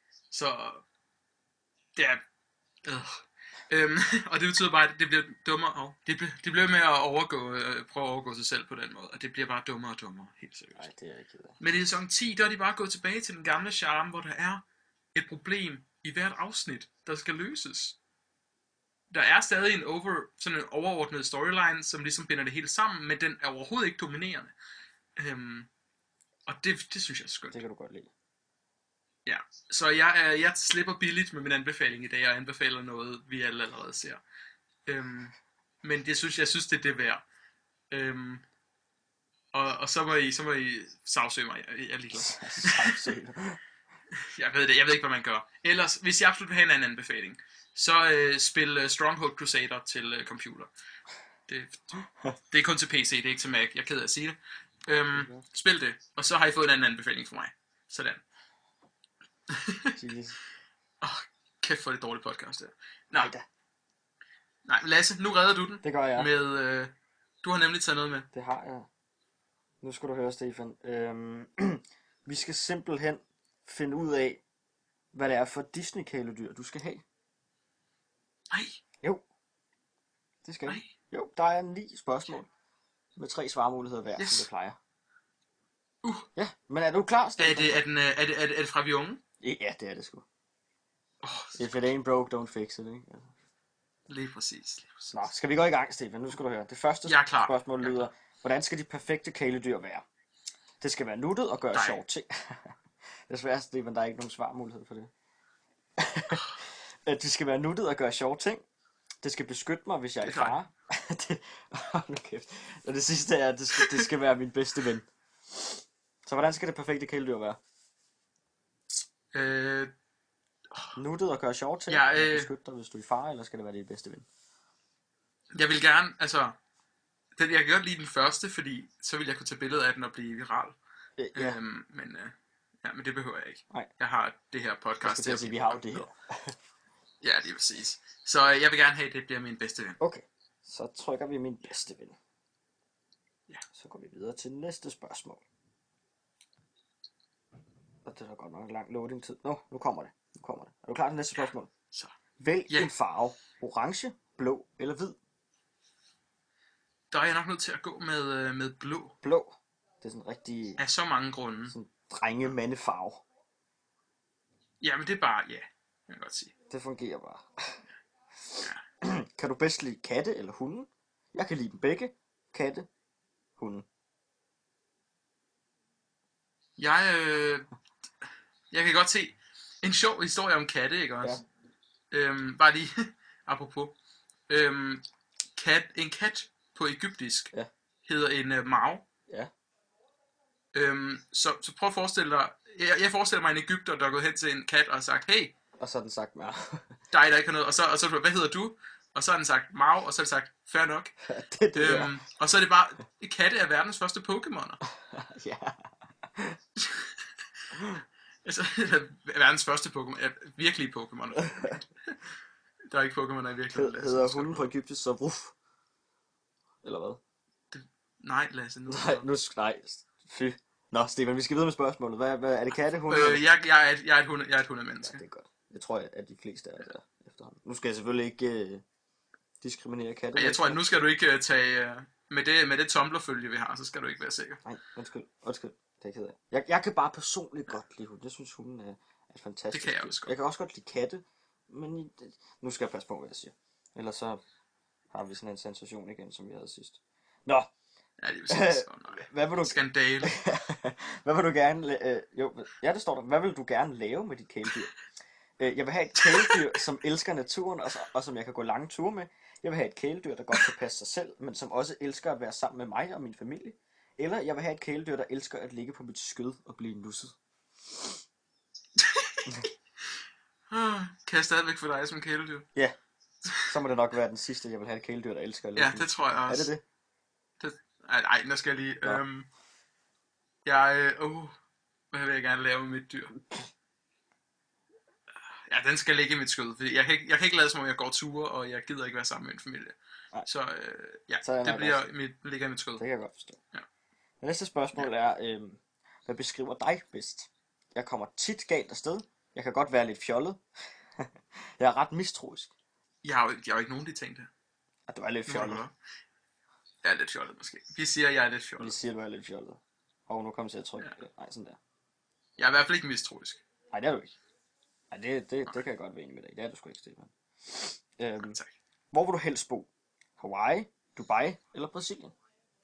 så det er... Øh. Øhm, og det betyder bare, at det bliver dummere, og det, bliver, det bliver med at overgå, øh, prøve at overgå sig selv på den måde, og det bliver bare dummere og dummere, helt seriøst. Nej, det er jeg ikke ked af. Men i sæson ti, der er de bare gået tilbage til den gamle charme, hvor der er et problem i hvert afsnit, der skal løses. Der er stadig en, over, sådan en overordnet storyline, som ligesom binder det hele sammen, men den er overhovedet ikke dominerende. Øhm, og det, det synes jeg er skønt. Det kan du godt lide. Ja, så jeg, jeg slipper billigt med min anbefaling i dag, og anbefaler noget, vi alle allerede ser. Øhm, men det synes, jeg synes, det er det værd. Øhm, og, og så må I, så må I sagsøge mig. Jeg, jeg er ligeglad. Jeg ved det, jeg ved ikke, hvad man gør. Ellers, hvis jeg absolut vil have en anden anbefaling, så øh, spil uh, Stronghold Crusader til uh, computer. Det, det er kun til P C, det er ikke til Mac. Jeg er ked af at sige det. Øhm, spil det, og så har I fået en anden anbefaling fra mig. Sådan. Åh, oh, kæft for det dårlige podcast der. Nej, da. Nej, Lasse, nu redder du den. Det gør jeg. Med, øh, du har nemlig taget noget med. Det har jeg. Nu skal du høre, Stefan. Øhm, vi skal simpelthen finde ud af, hvad det er for Disney-kæledyr, du skal have. Nej. Jo. Det skal Nej. vi. Jo, der er ni spørgsmål med tre svarmuligheder hver, Yes. som det plejer. Uh, Ja, men er du klar, er Stefan? det, er, den, øh, er, det, er, det, er det fra vi unge? Ja, det er det sgu. Oh, If it ain't broke, don't fix it, ikke? Altså. lige præcis, lige præcis. Nå, skal vi gå i gang, Stefan? Nu skal du høre. Det første Jeg er klar. spørgsmål Jeg er lyder, klar. hvordan skal de perfekte kæledyr være? Det skal være nuttet og gøre Nej. sjove ting. Desværre, Stefan, der er ikke nogen svarmulighed for det. De skal være nuttet og gøre sjove ting. Det skal beskytte mig, hvis jeg er i Det er fare. det... Oh, nu kæft. Og det sidste er, at det skal, det skal være min bedste ven. Så hvordan skal det perfekte kæledyr være? Øh, Nuttet og gøre sjove ting? Ja, Ja, øh... beskytte dig, hvis du er i fare, eller skal det være din bedste ven? jeg vil gerne, altså, den, jeg kan godt lide den første, fordi så vil jeg kunne tage billeder af den og blive viral. Øh, ja, Øhm, men, øh, ja, men det behøver jeg ikke. Nej. Jeg har det her jeg podcast skal til at sige, blive vi har jo viral det med. her. Ja, det er præcis. Så øh, jeg vil gerne have, at det bliver min bedste ven. Okay, så trykker vi min bedste ven. Ja. Så går vi videre til næste spørgsmål. Og det er da godt nok lang loading tid. Nå, nu kommer det. Nu kommer det. Er du klar til næste spørgsmål? Så. Vælg Ja. en farve. Orange, blå eller hvid? Der er jeg nok nødt til at gå med, øh, med blå. Blå. Det er sådan en rigtig Af så mange grunde. sådan drenge mandefarve. Jamen det er bare, ja, jeg kan godt sige. Det fungerer bare. Kan du bedst lide katte eller hunde? Jeg kan lide dem begge. Katte, hunde. Jeg, øh, jeg kan godt se en sjov historie om katte, ikke også? Ja. Øhm, bare lige, apropos. Øhm, kat, en kat på egyptisk Ja. hedder en øh, marv. Ja. Øhm, så, så prøv at forestille dig, jeg, jeg forestiller mig en egypter, der er gået hen til en kat og har sagt, hey, Og så er den sagt mere. dig der ikke har noget, og så, og så hvad hedder du? Og så har den sagt marv, og så har den sagt, fair nok. det er det der. Øhm, og så er det bare, katte er verdens første Pokémoner. Ja. Altså, verdens første Pokémon, er virkelige Pokémon. Der er ikke Pokémon, der er virkelig. Hed, hedder hunden på egyptisk så Ruf? Eller hvad? Nej, Lasse, nu. Nej, nu sk- nej. Fy. Nå, Stefan, vi skal videre med spørgsmålet. Hvad, hvad er det katte, hunde? Øh, jeg, jeg, er et, jeg er et hunde, jeg er et Ja, hundemenneske. det er godt. Jeg tror, at de fleste er der efterhånden. Nu skal jeg selvfølgelig ikke øh, diskriminere katte. Men jeg tror, at nu skal du ikke uh, tage, uh, med det, med det Tumblr-følge, vi har, så skal du ikke være sikker. Nej, undskyld. Undskyld. Det er jeg ked af. Jeg, jeg kan bare personligt godt lide hunde. Jeg synes, hunden er, er et fantastisk. Det kan jeg dyr. også godt. Jeg kan også godt lide katte, men i, det, nu skal jeg passe på, hvad jeg siger. Ellers så har vi sådan en sensation igen, som vi havde sidst. Nå, Ja, det er præcis. Oh, nej. hvad vil du... Skandale. hvad vil du gerne... la- Øh, jo, ja, det står der. Hvad vil du gerne lave med dit kæledyr? Øh, jeg vil have et kæledyr, som elsker naturen, og, så- og som jeg kan gå lange ture med. Jeg vil have et kæledyr, der godt kan passe sig selv, men som også elsker at være sammen med mig og min familie. Eller jeg vil have et kæledyr, der elsker at ligge på mit skød og blive nusset. Ah, kan jeg stadigvæk få dig som kæledyr? Ja, så må det nok være den sidste. Jeg vil have et kæledyr, der elsker at ligge Ja, på det mit- tror jeg Er også. det det? det? Ej, nej, nu skal jeg lige... Nå. Øhm, jeg... Øh, uh, hvad vil jeg gerne lave med mit dyr? Ja, den skal ligge i mit skød, fordi jeg kan ikke, jeg kan ikke lade som om, jeg går ture, og jeg gider ikke være sammen med en familie. Nej. Så øh, ja, Så er jeg det nok bliver også. mit, ligger i mit skød. Det kan jeg godt forstå. Ja. Det næste spørgsmål er, øh, hvad beskriver dig bedst? Jeg kommer tit galt afsted. Jeg kan godt være lidt fjollet. Jeg er ret mistroisk. Jeg har jo, jeg har jo ikke nogen af de ting der. At du er lidt Nu har du fjollet. hørt. Jeg er lidt fjollet måske. Vi siger, at jeg er lidt Vi fjollet. siger, at du er lidt fjollet. Og nu kommer jeg til at trykke. Ja. Nej, sådan der. Jeg er i hvert fald ikke mistroisk. Nej, det er du ikke. Nej, det, det, det kan jeg godt være enig med dig. Det er du sgu ikke, Stefan. Øhm, Tak. hvor vil du helst bo? Hawaii, Dubai eller Brasilien?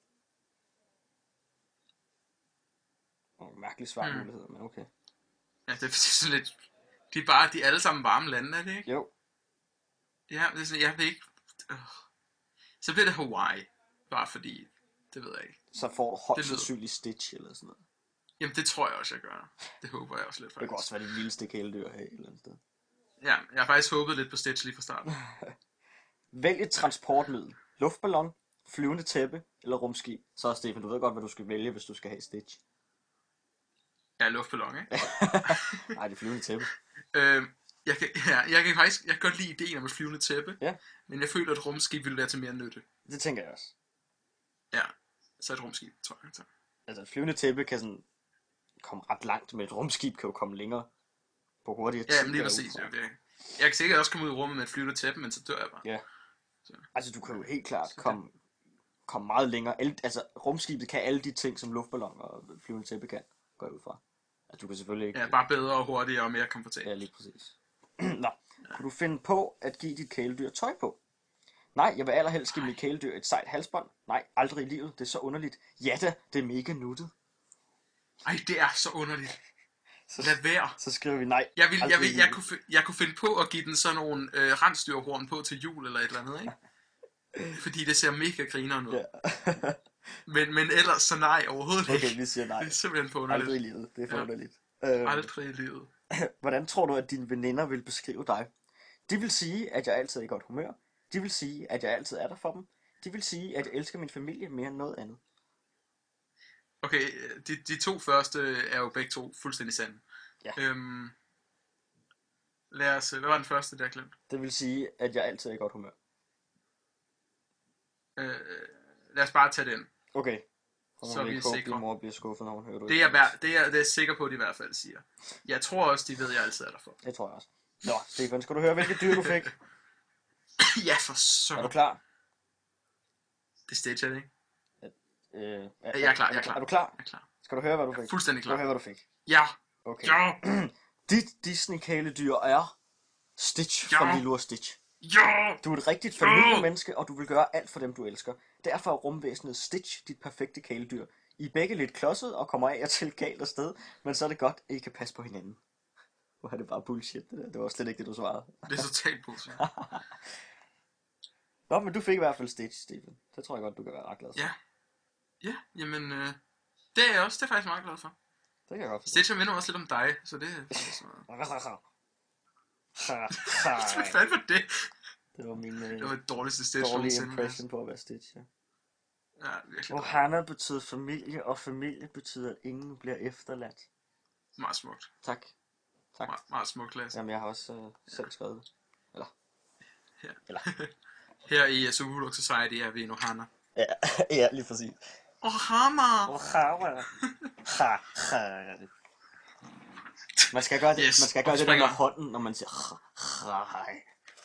Oh, mærkelig svarmulighed, men okay. Ja, det er sådan lidt... De er bare, de er alle sammen varme lande, er det ikke? Jo, Ja, det er sådan, jeg ved ikke... Øh. Så bliver det Hawaii. Bare fordi, det ved jeg ikke. så får du højst Det lyder- sandsynligt Stitch eller sådan noget. Jamen, det tror jeg også, jeg gør. Det håber jeg også lidt Det kan faktisk. også være det vildeste kæledyr her et eller andet sted. Ja, jeg har faktisk håbet lidt på Stitch lige fra starten. Vælg et transportmiddel. Luftballon, flyvende tæppe eller rumskib. Så Stefan, du ved godt, hvad du skal vælge, hvis du skal have Stitch. Jeg er luftballon, ikke? Nej, det er flyvende tæppe. øh, jeg, kan, ja, jeg kan faktisk jeg kan godt lide ideen om et flyvende tæppe. Ja. Men jeg føler, at et rumskib ville være til mere nytte. Det tænker jeg også. Ja, så et rumskib, tror jeg. Så. Altså, et flyvende tæppe kan sådan komme ret langt, men et rumskib kan jo komme længere på hurtigere tid. Ja, men lige derude, præcis. tror jeg. Jeg, jeg, jeg kan sikkert også komme ud i rummet med et flyvende tæppe, men så dør jeg bare. Ja. Så. Altså, du kan jo helt klart komme komme meget længere. Alle, altså, rumskibet kan alle de ting, som luftballoner og flyvende tæppe kan, går jeg ud fra. Altså, du kan selvfølgelig ikke... Ja, bare bedre og hurtigere og mere komfortabelt. Ja, lige præcis. Nå, kunne du finde på at give dit kæledyr tøj på? Nej, jeg vil allerhelst give mit kæledyr et sejt halsbånd. Nej, aldrig i livet. Det er så underligt. Ja da, det er mega nuttet. Ej, det er så underligt. Lad være. Så skriver vi nej. Jeg, vil, jeg, aldrig vil, i jeg, livet. kunne, fi- jeg kunne finde på at give den sådan nogle øh, rensdyrhorn på til jul eller et eller andet, ikke? Fordi det ser mega griner ud. Ja. Men, men ellers så nej, overhovedet ikke. Okay, vi siger nej. Det er simpelthen for underligt. Aldrig i livet. Det er for Ja. underligt. Øhm, Aldrig i livet. Hvordan tror du, at dine veninder vil beskrive dig? De vil sige, at jeg altid er i godt humør. De vil sige, at jeg altid er der for dem. De vil sige, at jeg elsker min familie mere end noget andet. Okay, de, de to første er jo begge to fuldstændig sande. Ja. Øhm, lad os, hvad var den første, der jeg glemt? Det vil sige, at jeg altid er i godt humør. Øh, lad os bare tage den. Okay. Så Så er vi vi ikke håbe, sikre. din mor bliver skuffet, når hun hører det. Det er, jeg, vær- det, er, det er jeg sikker på, at de i hvert fald siger. Jeg tror også, de ved, at jeg altid er der for. Det tror jeg også. Nå, Stefan, skal du høre, hvilket dyr du fik? Ja, for Er du så. klar? Det Stitch er det, ikke? Øh, er, Jeg er klar, jeg er klar. Er du klar? Jeg er klar. Skal du høre, hvad du Jeg er fik? fuldstændig Skal du klar. høre, hvad du fik? Ja. Okay. Ja. Dit Disney-kæledyr er Stitch Ja. fra Lilo og Stitch. Ja. Du er et rigtigt familiemenneske, og du vil gøre alt for dem, du elsker. Derfor er rumvæsenet Stitch dit perfekte kæledyr. I er begge lidt klodset og kommer af og til galt afsted, men så er det godt, at I kan passe på hinanden. Hvor er det bare bullshit, det der. Det var slet ikke det, du svarede. Det er totalt bullshit. Nå, men du fik i hvert fald Stitch, Stefan. Det tror jeg godt, du kan være ret glad for. Ja. Ja, jamen, øh, det er jeg også. Det er jeg faktisk meget glad for. Det kan jeg godt forstå. Stitch minder også lidt om dig, så det, det er sådan noget. Hvad det fanden var det? var min øh, Det var det dårligste Stitch dårlige nogensinde. impression på at være Stitch, ja. Ja, virkelig. Ohana betyder familie, og familie betyder, at ingen bliver efterladt. Meget smukt. Tak. Tak. Meget, meget smukt, Lasse. Jamen, jeg har også øh, selv skrevet det. Her. Eller? Her i Superlook Society er vi i Ohana. Ja, ja, lige præcis. Ohana! Ohana. Ha, ha. Man skal gøre det, Yes, man skal gøre og det der med springer. hånden, når man siger ha, hej.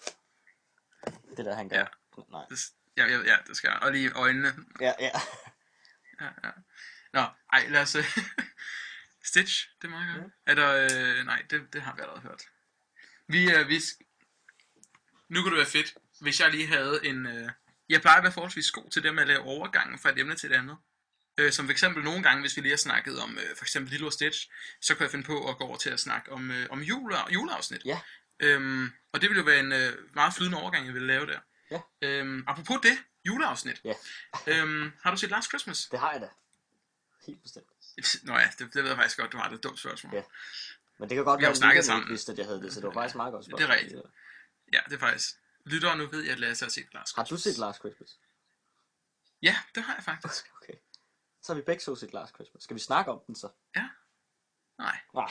Det der, han gør. Ja. Nej. Det, ja, ja, ja, det skal jeg. Og lige øjnene. Ja, ja. Ja, ja. Nå, ej, lad os... øh, Stitch, det er meget godt. Er der... Øh, nej, det, det har vi allerede hørt. Vi, øh, vi... sk- Nu kunne det være fedt, hvis jeg lige havde en... Øh, jeg plejer at være forholdsvis god til det med at lave overgangen fra et emne til et andet. Øh, som for eksempel nogle gange, hvis vi lige har snakket om øh, for eksempel Lilo og Stitch, så kan jeg finde på at gå over til at snakke om, øh, om jule, juleafsnit. Ja. Øhm, og det ville jo være en øh, meget flydende overgang, jeg ville lave der. Ja. Øhm, apropos det, juleafsnit. Ja. øhm, har du set Last Christmas? Det har jeg da. Helt bestemt. Nå ja, det, det ved jeg faktisk godt, du har det et dumt spørgsmål. Ja. Men det kan godt Vi har være, jo snakket at sammen. jeg vidste, at jeg havde det, så det var faktisk meget godt Det spørgsmål. er rigtigt. Ja, det er faktisk. Lytter nu ved jeg, at Lasse har set Last Har Christmas. du set Last Christmas? Ja, det har jeg faktisk. Okay. Så har vi begge så set Last Christmas. Skal vi snakke om den så? Nej, Nej.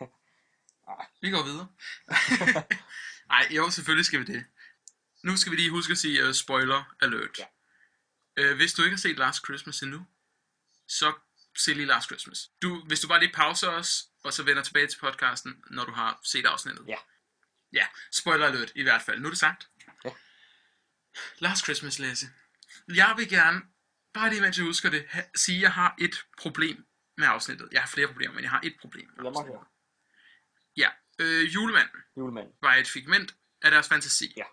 vi går videre. Nej, jo, selvfølgelig skal vi det. Nu skal vi lige huske at sige uh, spoiler alert. Ja. Uh, hvis du ikke har set Last Christmas endnu, så se lige Last Christmas. Du, hvis du bare lige pauser os, og så vender tilbage til podcasten, når du har set afsnittet. Ja. Ja, spoiler alert i hvert fald. Nu er det sagt. Ja. Last Christmas, Lasse. Jeg vil gerne, bare lige mens jeg husker det, ha- sige, at jeg har et problem med afsnittet. Jeg har flere problemer, men jeg har et problem med Lad mig afsnittet. høre. Ja, øh, julemanden Julemanden. var et figment af deres fantasi. Ja.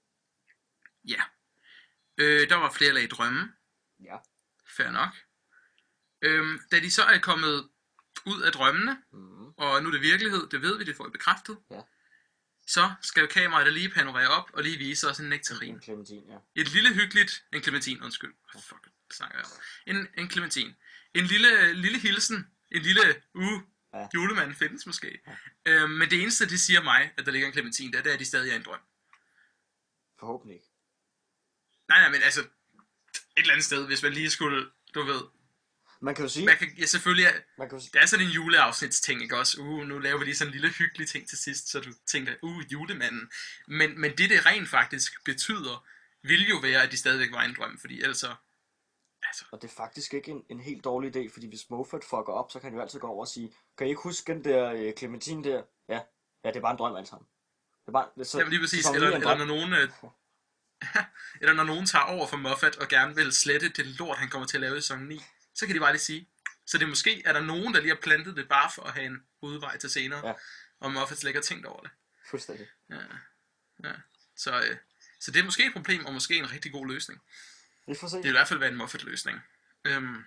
Ja. Øh, der var flere lag drømme. Ja. Fair nok. Øhm, da de så er kommet ud af drømmene, Mm. og nu er det virkelighed, det ved vi, det får vi bekræftet. Ja. Så skal kameraet da lige panorere op og lige vise os en nektarin. En clementin, ja. Et lille hyggeligt, en clementin, undskyld. Oh, fuck, det snakker jeg om. En, en clementin. En lille, lille hilsen. En lille, uh, Ja. julemanden findes måske. Ja. Øhm, men det eneste, de siger mig, at der ligger en clementin der, det er, at de stadig er en drøm. Forhåbentlig ikke. Nej, nej, men altså, et eller andet sted, hvis man lige skulle, du ved, Man kan jo sige, man kan, ja, selvfølgelig, er, man kan jo sige, det er sådan en juleafsnitsting, ikke også? Uh, nu laver vi lige sådan en lille hyggelig ting til sidst, så du tænker, uh, julemanden. Men, men det, det rent faktisk betyder, vil jo være, at de stadigvæk var en drøm, fordi ellers så, altså, og det er faktisk ikke en, en helt dårlig idé, fordi hvis Moffat fucker op, så kan han jo altid gå over og sige, kan I ikke huske den der øh, clementin der? Ja. Ja, det er bare en drøm alt sammen. Det er bare, det er så, jamen lige præcis, så eller, lige en eller drøm. når nogen, øh, Eller når nogen tager over for Moffat og gerne vil slette det lort, han kommer til at lave i sæson ni, så kan de bare lige sige. Så det er måske, er der nogen, der lige har plantet det bare for at have en udvej til senere. Ja. Og Moffat slet ikke har tænkt over det. Fuldstændig. Ja. Ja. Så, øh, så det er måske et problem, og måske en rigtig god løsning. Vi får se. Det vil i hvert fald være en Moffat-løsning. Øhm.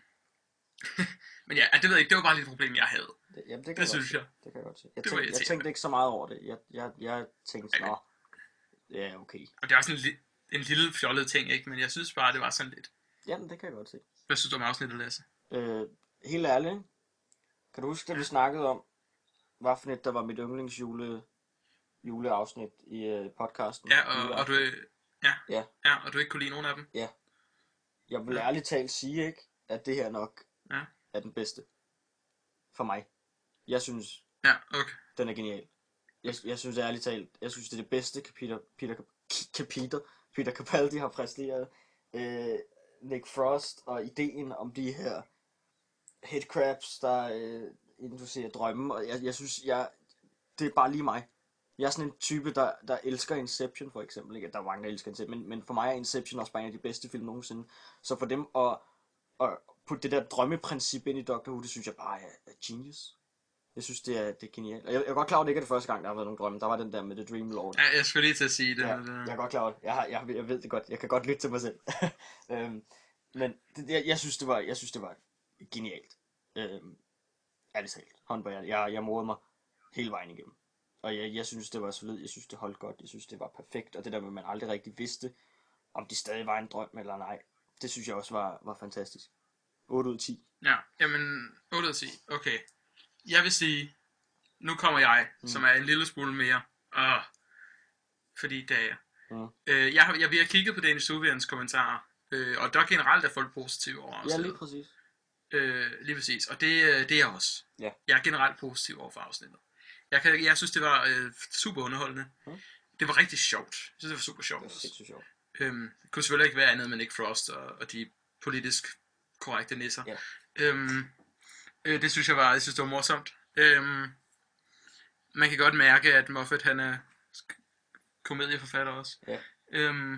Men ja, det ved jeg ikke, det var bare lidt et problem, jeg havde. Det, jamen, det, kan Det jeg synes godt jeg. se. Det kan jeg godt se. Jeg, Det var tænkte, jeg irriterende. tænkte ikke så meget over det. Jeg, jeg, jeg tænkte, Ja, nå, ja, okay. Og det er også en, li- en lille fjollet ting, ikke? Men jeg synes bare, det var sådan lidt. Jamen, det kan jeg godt se. Hvad synes du om afsnittet, Lasse? Øh, helt ærligt, kan du huske, det vi snakkede om, hvad for et, der var mit yndlings jule, juleafsnit i øh, podcasten? Ja, og, og du, ja, Ja. ja, og du ikke kunne lide nogen af dem? Jeg vil Ja. ærligt talt sige, ikke, at det her nok Ja. er den bedste. For mig. Jeg synes, Ja, okay. den er genial. Jeg, jeg synes ærligt talt, jeg synes, det er det bedste, Peter, Peter, Peter, Peter Capaldi har præsteret. Øh, Nick Frost og ideen om de her headcrabs, der øh, inducerer drømme. Og jeg, jeg synes, jeg, det er bare lige mig. Jeg er sådan en type, der, der elsker Inception for eksempel. Ikke? Der er mange, der elsker Inception, men, men for mig er Inception også bare en af de bedste film nogensinde. Så for dem at, at putte det der drømmeprincip ind i Doctor Who, det synes jeg bare er, er genius. Jeg synes, det er, det er genialt. Og jeg, jeg er godt klar over, at det ikke er det første gang, der har været nogle drømme. Der var den der med The Dream Lord. Ja, jeg skulle lige til at sige det. Ja, men, øh, jeg er godt klar over det. Jeg, har, jeg, jeg ved det godt. Jeg kan godt lytte til mig selv. øhm, men det, jeg, jeg, synes, det var, jeg synes, det var genialt. Øhm, ærligt talt. Hånd på hjertet. Jeg, jeg morede mig hele vejen igennem. Og jeg, jeg synes, det var solidt. Jeg synes, det holdt godt. Jeg synes, det var perfekt. Og det der med, at man aldrig rigtig vidste, om det stadig var en drøm eller nej, det synes jeg også var, var fantastisk. otte ud af ti. Ja, jamen, otte ud af ti. Okay. Jeg vil sige, nu kommer jeg, mm. som er en lille smule mere. Øh, fordi det er jeg. Mm. Øh, jeg, har, jeg, vi har kigget på Danish Suvians kommentarer, øh, og der generelt er folk positive over Ja, afsnittet. lige præcis. Øh, lige præcis, og det, øh, det er jeg også. Ja. Jeg er generelt positiv over for afsnittet. Jeg, kan, jeg synes, det var øh, super underholdende. Mm. Det var rigtig sjovt. Jeg synes, det var super Det sjovt var også. sindssygt sjovt. Øhm, det kunne selvfølgelig ikke være andet med Nick Frost og, og de politisk korrekte nisser. Ja. Øhm, øh, det synes jeg var, jeg synes, det var morsomt. Øhm, man kan godt mærke, at Moffat, han er komedieforfatter også. Ja. Øhm,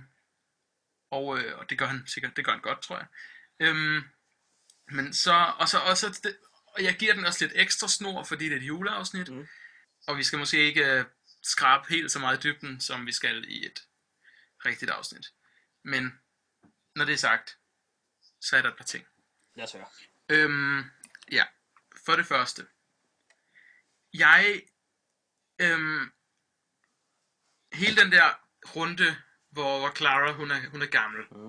og, øh, og det gør han sikkert, det gør han godt, tror jeg. Øhm, men så, og så, og så det, og jeg giver den også lidt ekstra snor, fordi det er et juleafsnit. Mm. Og vi skal måske ikke øh, skrabe helt så meget i dybden, som vi skal i et rigtigt afsnit. Men når det er sagt, så er der et par ting. Jeg tør. Øhm, ja, for det første. Jeg, øhm, hele den der runde, hvor, hvor Clara, hun er, hun er gammel. Mm.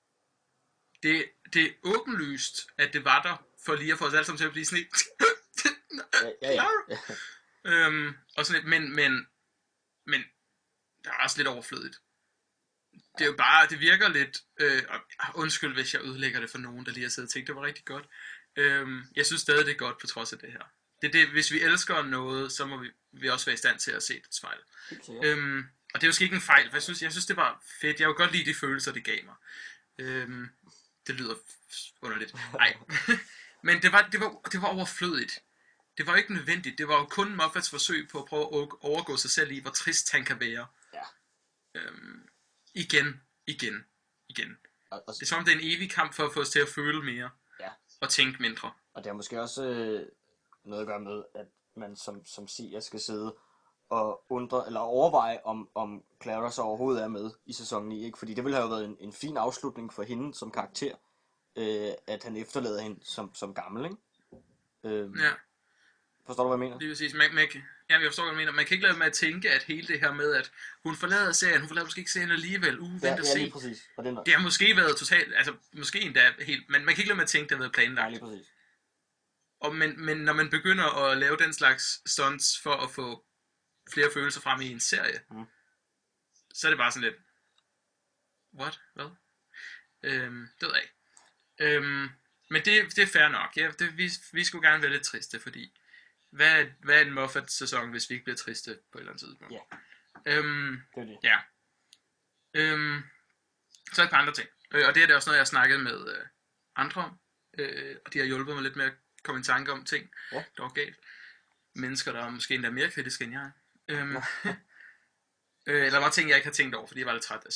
Det, det er åbenlyst, at det var der, for lige at få os alle sammen til at blive sådan lidt, Ja, ja, ja. ja. øhm, og sådan lidt, men, men, men, der er også lidt overflødigt. Det er jo bare, det virker lidt, øh, og undskyld hvis jeg ødelægger det for nogen, der lige har siddet og tænkt, det var rigtig godt. Øhm, jeg synes stadig, det er godt på trods af det her. Det er det, hvis vi elsker noget, så må vi, vi også være i stand til at se det fejl. Helt sikkert. Øhm, og det er jo ikke en fejl, for jeg synes, jeg synes, det var fedt. Jeg kunne godt lide de følelser, det gav mig. Øhm, det lyder underligt. Nej. Men det var, det, var, det var overflødigt. Det var ikke nødvendigt. Det var jo kun Moffats forsøg på at prøve at overgå sig selv i, hvor trist han kan være. Ja. Øhm, igen, igen, igen. Og, og, Det er som om, det er en evig kamp for at få os til at føle mere. Ja. Og tænke mindre. og det har måske også øh, noget at gøre med, at man som, som seer skal sidde og undre, eller overveje, om, om Clara så overhovedet er med i sæson ni, ikke? Fordi det ville have været en, en fin afslutning for hende som karakter, øh, at han efterlader hende som, som gammel, ikke? Øh, Ja. Forstår du, hvad jeg mener? Det vil sige, man, man, kan- ja, jeg forstår, hvad du mener. Man kan ikke lade med at tænke, at hele det her med, at hun forlader serien, hun forlader måske ikke serien alligevel, uh, vent Ja, og ja, se. lige præcis. Og det er Det har måske været totalt, altså måske endda helt, men man kan ikke lade med at tænke, at det har været Nej, planlagt. lige præcis. Og, men, men når man begynder at lave den slags stunts for at få flere følelser frem i en serie, Mm. så er det bare sådan lidt, what? Hvad? Øhm, det ved jeg ikke. Øhm, men det, det er fair nok. Ja, det, vi, vi skulle gerne være lidt triste, fordi hvad, hvad er en Moffat-sæson, hvis vi ikke bliver triste på et eller andet tidspunkt? Ja. Øhm, Det er det. ja. Øhm, så er et par andre ting. Øh, og det er det også noget, jeg har snakket med øh, andre om. Øh, og de har hjulpet mig lidt med at komme i tanke om ting, Ja. der var galt. Mennesker, der er måske endda mere kritiske end jeg er. Øhm, øh, eller var ting, jeg ikke har tænkt over, fordi jeg var lidt træt af så det.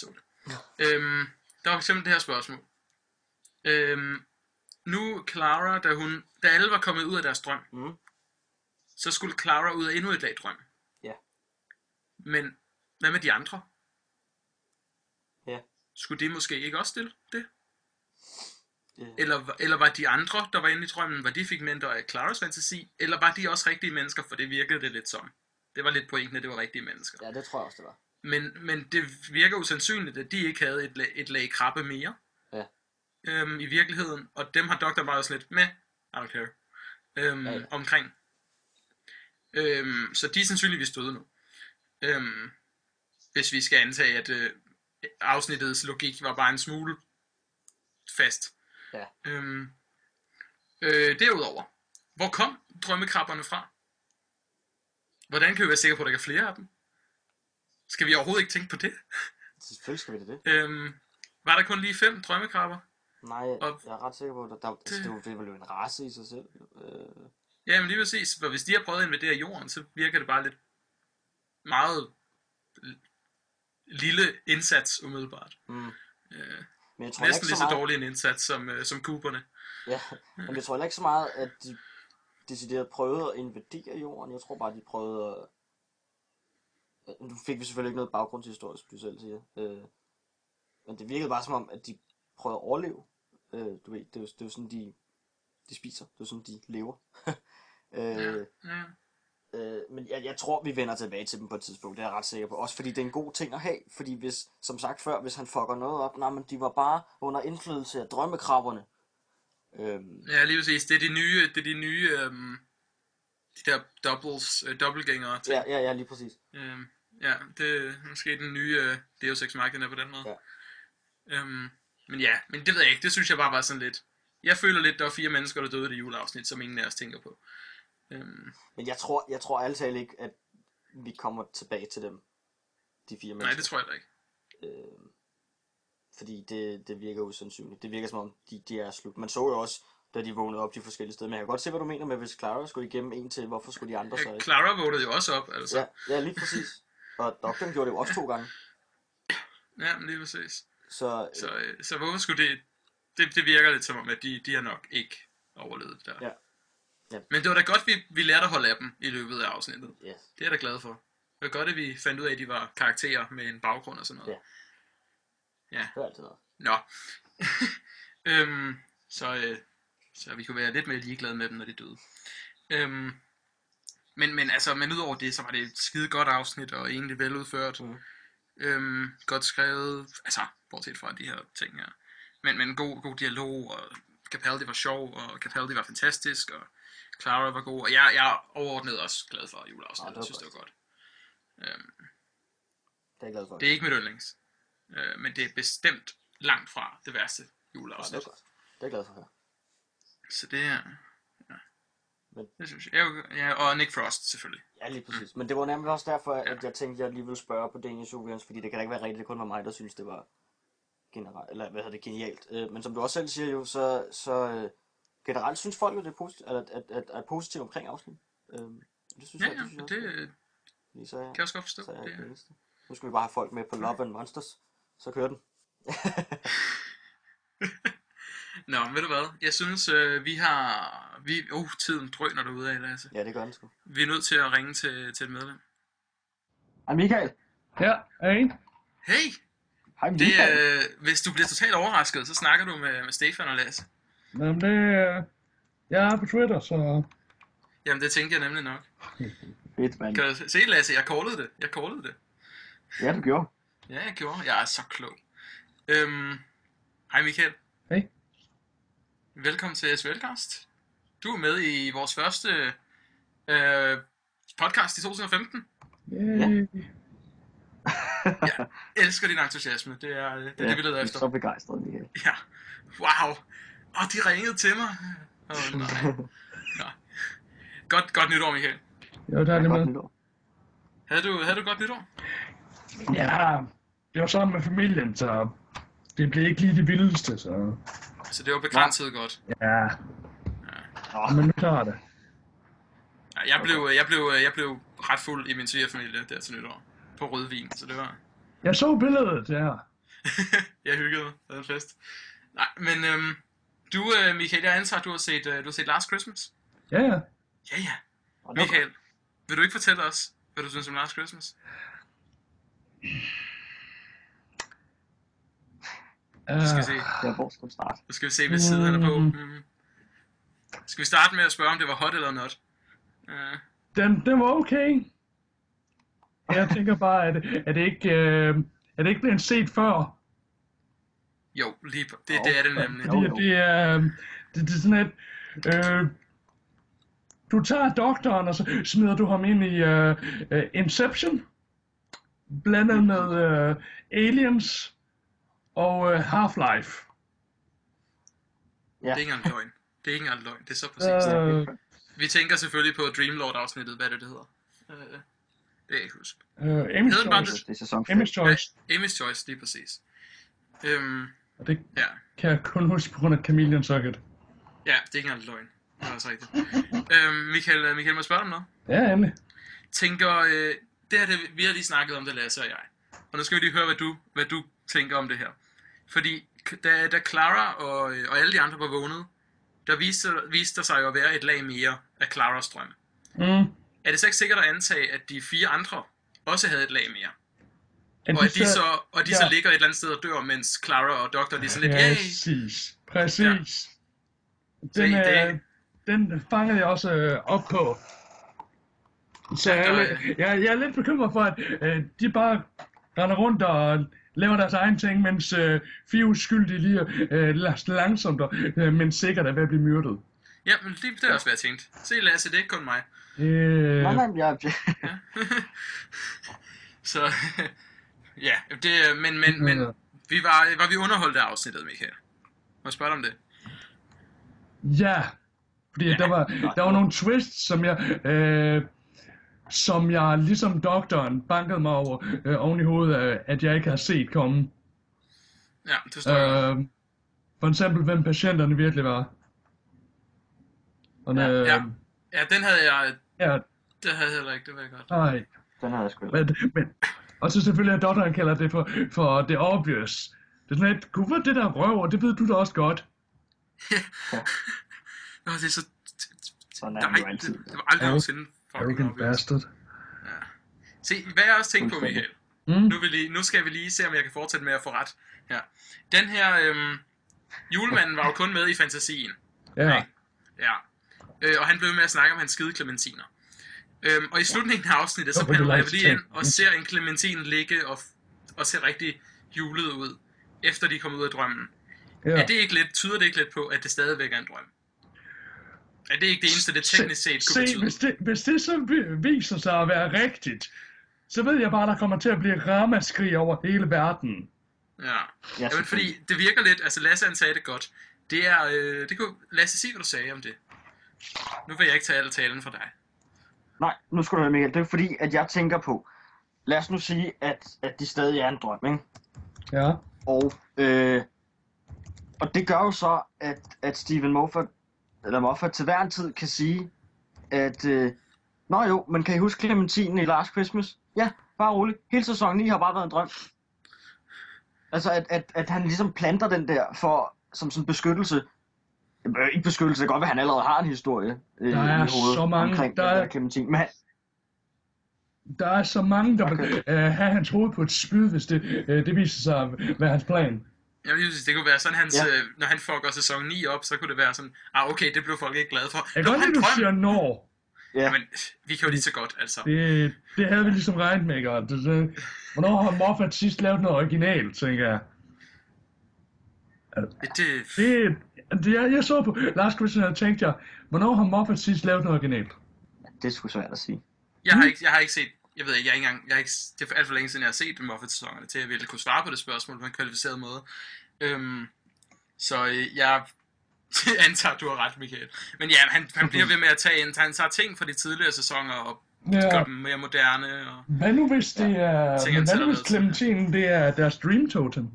Øhm, der var for eksempel det her spørgsmål. Øhm, nu Clara, da, hun, da alle var kommet ud af deres drøm, Mm. så skulle Clara ud af endnu et lag drøm. Ja. Men hvad med de andre? Ja. Skulle de måske ikke også stille det? Det, Eller, eller var de andre, der var inde i drømmen, var de figmenter af Claras fantasi? Eller var de også rigtige mennesker, for det virkede det lidt som? Det var lidt pointen, at det var rigtige mennesker. ja, det tror jeg også, det var. Men, men det virker usandsynligt, at de ikke havde et, lag, et lag krabbe mere. Ja. Øhm, I virkeligheden. Og dem har doktor bare sådan lidt med, I don't care, øhm, Ja, ja. omkring. Øhm, så de er sandsynligvis døde nu. Øhm, hvis vi skal antage, at øh, afsnittets logik var bare en smule fast. Ja. Øhm, øh, derudover, hvor kom drømmekrabberne fra? Hvordan kan vi være sikre på, at der ikke er flere af dem? Skal vi overhovedet ikke tænke på det? Selvfølgelig skal vi det. det. Øhm, var der kun lige fem drømmekrabber? Nej, Og- jeg er ret sikker på, at der, der, altså, det, er jo- det er vel en race i sig selv. Øh, Ja, men lige præcis. For hvis de har prøvet at invadere jorden, så virker det bare lidt meget l- lille indsats umiddelbart. mm. Øh, Men jeg tror næsten ikke lige så så meget, dårlig en indsats som, øh, som kuberne. ja, men jeg tror heller ikke så meget, at de decideret prøvede at invadere jorden. Jeg tror bare, de prøvede at... Øh, Nu fik vi selvfølgelig ikke noget baggrundshistorie, som du selv siger. Øh, men det virkede bare som om, at de prøvede at overleve. Øh, du ved, det er jo, det er jo sådan, de, de spiser. Det er jo sådan, de lever. øh, Ja. Øh, men jeg, jeg tror, vi vender tilbage til dem på et tidspunkt, det er jeg ret sikker på. Også fordi det er en god ting at have, fordi hvis, som sagt før, hvis han fucker noget op, nej, men de var bare under indflydelse af drømmekrabberne. Øhm, Ja, lige præcis. Det er de nye, det er de nye, øhm, de der doubles, øh, dobbeltgængere. ja, ja, ja, lige præcis. Øhm, ja, det er måske den nye øh, Deus Ex Machina på den måde. Ja. Øhm, men ja, men det ved jeg ikke. Det synes jeg bare var sådan lidt... Jeg føler lidt, der var fire mennesker, der døde i det juleafsnit, som ingen af os tænker på. Øhm, Men jeg tror, jeg tror ærligt talt ikke, at vi kommer tilbage til dem, de fire mennesker. nej, det tror jeg da ikke. Øhm, fordi det, det virker usandsynligt. Det virker som om, de, de er slut. Man så jo også, da de vågnede op de forskellige steder. Men jeg kan godt se, hvad du mener med, hvis Clara skulle igennem en til, hvorfor skulle de andre så Ja, ikke? Clara vågnede jo også op, altså. Ja, ja, lige præcis. Og doktoren gjorde det jo også to gange. Ja, men lige præcis. Så, Så, øh, så hvorfor skulle det... det... Det virker lidt som om, at de, de har nok ikke overlevet der. Ja. Ja. Men det var da godt, vi, vi lærte at holde af dem i løbet af afsnittet. yes. Det er jeg da glad for. Det var godt, at vi fandt ud af, at de var karakterer med en baggrund og sådan noget. Ja. Det er altid noget. Nå. øhm, så, øh, så vi kunne være lidt mere ligeglade med dem, når de døde. Øhm, men, men altså, men udover det, så var det et skide godt afsnit, og egentlig veludført. Mm. Øhm, godt skrevet, altså, bortset fra de her ting her. Men, men god, god dialog, og Capaldi var sjov, og Capaldi var fantastisk, og Clara var god, og jeg, jeg er overordnet også glad for juleafsnittet. Ja, det var Jeg synes, det var godt. Øhm, Det er jeg glad for. det er ikke mit yndlings, øh, men det er bestemt langt fra det værste Ja, det juleafsnit. er godt. Det er jeg glad for at høre. Så det er... Ja. Men- Det synes jeg. Ja, ja, og Nick Frost selvfølgelig. Ja, lige præcis. Men det var nemlig også derfor, at Ja. jeg tænkte, at jeg lige ville spørge på Danish Ovians, fordi det kan da ikke være rigtigt, det kun var mig, der synes, det var generelt, eller hvad hedder det, genialt. Øh, Men som du også selv siger jo, så, så øh, generelt synes folk jo, det er positivt, at, at, at, at er positivt omkring afsnit. Øh, Det synes Ja, jeg, ja, det synes jeg og også. det Lige så, er jeg- kan jeg også godt forstå. så er jeg Det ikke den er... eneste. Nu skal vi bare have folk med på Love and Monsters, så kører den. Nå, ved du hvad? Jeg synes, øh, vi har... Vi... Uh, tiden drøner derude af, Lasse. Ja, det gør den sgu. Vi er nødt til at ringe til, til et medlem. Hej Michael. Ja, en. Hey! Hej Det, Michael. øh, hvis du bliver totalt overrasket, så snakker du med, med Stefan og Lasse. Jamen det er... Jeg er på Twitter, så... Jamen, det tænkte jeg nemlig nok. Fedt, mand. Kan du se, Lasse? Jeg callede det. Jeg callede det. Ja, du gjorde. Ja, jeg gjorde. Jeg er så klog. Øhm, hej Michael. Hej. Velkommen til S V L-cast. Du er med i vores første øh, podcast i to tusind og femten. Yay. Jeg elsker din entusiasme. Det er det, er det vi leder efter. så begejstret, Michael. Ja. Wow. Og de ringede til mig. Åh oh, nej. Nå. Godt, godt nytår, Michael. Jo, der er det med. nytår. Havde du, havde du godt nytår? Ja, det var sammen med familien, så... Det blev ikke lige det vildeste, så... Så det var begrænset godt. Ja. Men nu klarer det. Ja, jeg, blev, jeg, blev, jeg blev ret fuld i min svigerfamilie der til nytår. På rødvin, så det var... Jeg så billedet, ja. Jeg hyggede mig. Det var en fest. Nej, men øhm, du, øh, Michael, jeg antager, du har set, øh, du har set Last Christmas. Ja, ja. Ja, ja. Og det var Michael, vil du ikke fortælle os, hvad du synes om Last Christmas? Uh, Så skal vi se, Ja, hvor skal vi starte? så skal vi se, hvad side han er på. Mm. Skal vi starte med at spørge, om det var hot eller not? Uh, den, den var okay. Jeg tænker bare, at, at det ikke øh, er det ikke blevet set før. jo, lige på. Det, det er det nemlig. Fordi at det er, det, det er sådan et, øh, du tager doktoren, og så smider du ham ind i øh, øh, Inception, blandet med øh, Aliens og øh, Half-Life. Ja. Det er ikke engang løgn. Det er ikke engang løgn. Det er så præcis. Uh, Øh, Vi tænker selvfølgelig på Dreamlord-afsnittet. Hvad er det, det hedder? Uh, det kan jeg ikke huske. øh, Amy's Hedder den bare Choice. Det er sæson Amy's Choice. Ja, Amy's Choice, lige præcis. Øhm, Og det ja. kan jeg kun huske på grund af Chameleon Socket. ja, det er ikke engang løgn. Det er også rigtigt. øhm, Michael, Michael, må jeg spørge dig om noget? Ja, endelig. Tænker, øh, det her, det, vi har lige snakket om det, Lasse og jeg. Og nu skal vi lige høre, hvad du, hvad du tænker om det her. Fordi da, da Clara og, øh, og alle de andre var vågnet, der viste, viste der sig jo at være et lag mere af Claras drøm. Mm. Er det så ikke sikkert at antage, at de fire andre også havde et lag mere? And Og at de så, og de ja. så ligger et eller andet sted og dør, mens Clara og Doktor de er sådan lidt, yay! Præcis. Præcis. Se, Den, det- øh, den fangede jeg også øh, op på. Så Ja, jeg, der er er- lidt- jeg, jeg er lidt bekymret for, at øh, de bare render rundt og laver deres egen ting, mens øh, fire uskyldige lige øh, langsomt og øh, men sikkert er ved at blive myrdet. Ja, men det, det er også, hvad jeg tænkte. Se, Lasse, det er ikke kun mig. Øh, Nej, nej, jeg, jeg, Så, ja, det, men, men, men vi var, var vi underholdt af afsnittet, Michael? Må jeg spørge dig om det? Ja, fordi ja, der var der var nogle twists, som jeg øh, som jeg ligesom doktoren bankede mig over øh, oven i hovedet, øh, at jeg ikke har set komme. Ja, det forstår jeg. Øh, for eksempel, hvem patienterne virkelig var. Og, Ja, øh, ja. Ja, den havde jeg, ja, det havde jeg heller ikke, det var jeg godt. nej. den havde jeg sgu ikke. Men, men, og så selvfølgelig, at doktoren kalder det for, for det obvious. Det er sådan et, gud, hvad det der røv, og det ved du da også godt. Nå, det er så... Sådan er Der det var, jo ikke, altid. det, det var aldrig Arro- nogensinde fucking Arrogant obvious. bastard. Se, hvad jeg også tænkte på, Fuldstændig. Michael. Mm? Nu, vil lige, nu skal vi lige se, om jeg kan fortsætte med at få ret her. Den her, øhm, julemanden var jo kun med i fantasien. Ja. Ja. Øh, og han blev med at snakke om hans skide klementiner. Øhm, og i slutningen af afsnittet, så Hvorfor du piller jeg like lige ind ting? og ser en klementin ligge og, og se rigtig julet ud, efter de kom ud af drømmen. Ja. Er det ikke lidt, tyder det ikke lidt på, at det stadigvæk er en drøm? Er det ikke det eneste, det teknisk set Se, kunne se betyde? hvis, det, hvis det så vi- viser sig at være rigtigt, så ved jeg bare, der kommer til at blive ramaskrig over hele verden. Ja. Ja, Jamen, selvfølgelig. fordi det virker lidt, altså Lasse han sagde det godt. Det er, øh, det kunne, Lasse, sig hvad du sagde om det. Nu vil jeg ikke tage alle talen for dig. Nej, nu skal du høre, Michael. Det er fordi, at jeg tænker på, lad os nu sige, at, at de stadig er en drøm, ikke? Ja. Og, øh, og det gør jo så, at, at Stephen Moffat, eller Moffat til hver en tid kan sige, at øh, nå jo, men kan I huske Clementine i Last Christmas? Ja, bare roligt. Hele sæson ni har bare været en drøm. Altså, at, at, at han ligesom planter den der for, som sådan beskyttelse. Øh, ikke beskyttelse, det kan godt være, at han allerede har en historie øh, Der er i hovedet så mange- omkring der der er- er... Clementine. Men han, Der er så mange, der Okay. vil øh, have hans hoved på et spyd, hvis det, øh, det viser sig at være hans plan. Jeg vil lige sige, det kunne være sådan, hans, Ja. øh, når han fucker sæson ni op, så kunne det være sådan, ah okay, det blev folk ikke glade for. Jeg kan Nå, godt han lide, du drøm. siger når. ja, Men vi kan jo lige så godt, altså. Det, det havde vi ligesom regnet med, godt. Det, det, hvornår har Moffat sidst lavet noget originalt, tænker jeg. Det, det, Det, det jeg, jeg så på Last Christmas, og tænkte jeg, hvornår har Moffat sidst lavet noget originalt? det er sgu svært at sige. jeg, har ikke, jeg har ikke set, jeg ved ikke, jeg er ikke engang, jeg har ikke, det er alt for længe siden, jeg har set Moffat-sæsonerne, til at jeg ville kunne svare på det spørgsmål på en kvalificeret måde. Øhm, så øh, jeg antager, du har ret, Michael. Men ja, han, han bliver ved med at tage ind, han tager ting fra de tidligere sæsoner og Ja. gør dem mere moderne. Og... Hvad nu hvis det er... Ting, han Hvad selv nu har hvis lavet til. Clementine, det er deres dream totem?